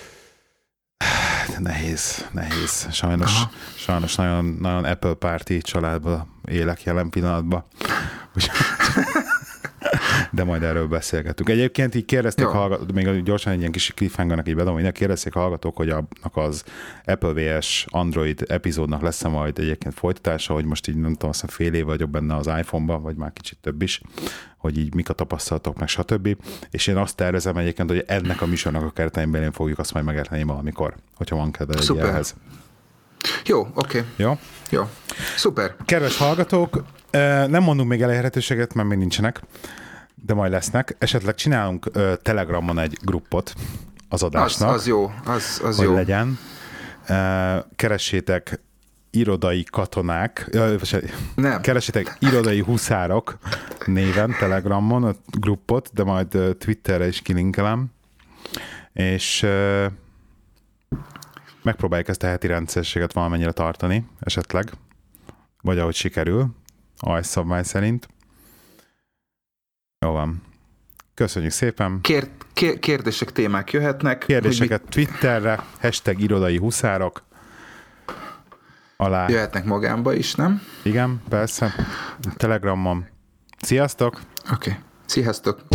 De nehéz, nehéz. Sajnos, Aha. sajnos nagyon, nagyon Apple Party családban élek jelen pillanatban. de majd erről beszélgetünk. Egyébként így kérdezték Jó. hallgatók, még gyorsan egy ilyen kis cliffhangernek így bedom, hogy kérdezték hallgatók, hogy annak az Apple versus Android epizódnak lesz-e majd egyébként folytatása, hogy most így nem tudom, azt hiszem fél év vagyok benne az iPhone-ban, vagy már kicsit több is, hogy így mik a tapasztalatok, meg stb. És én azt tervezem egyébként, hogy ennek a műsornak a keretein belén fogjuk azt majd megérteni valamikor, hogyha van kedve egy ilyenhez. Jó, oké. Okay. Jó? Jó. Szuper. Kedves hallgatók, nem mondunk még elérhetőséget, mert még nincsenek, de majd lesznek. Esetleg csinálunk Telegramon egy gruppot az adásnak. Az, az jó, az, az hogy jó. legyen. Keressétek irodai katonák, Nem. keressétek irodai huszárok néven Telegramon a gruppot, de majd Twitterre is kilinkelem. És megpróbáljuk ezt a heti rendszerességet valamennyire tartani, esetleg. Vagy ahogy sikerül, ajszabály szerint. Jó van. Köszönjük szépen. Kér, kér, kérdések, témák jöhetnek. Kérdéseket mi... Twitterre, hashtag irodai huszárok. Alá. Jöhetnek magánba is, nem? Igen, persze. Telegramon. Sziasztok! Oké. Okay. Sziasztok!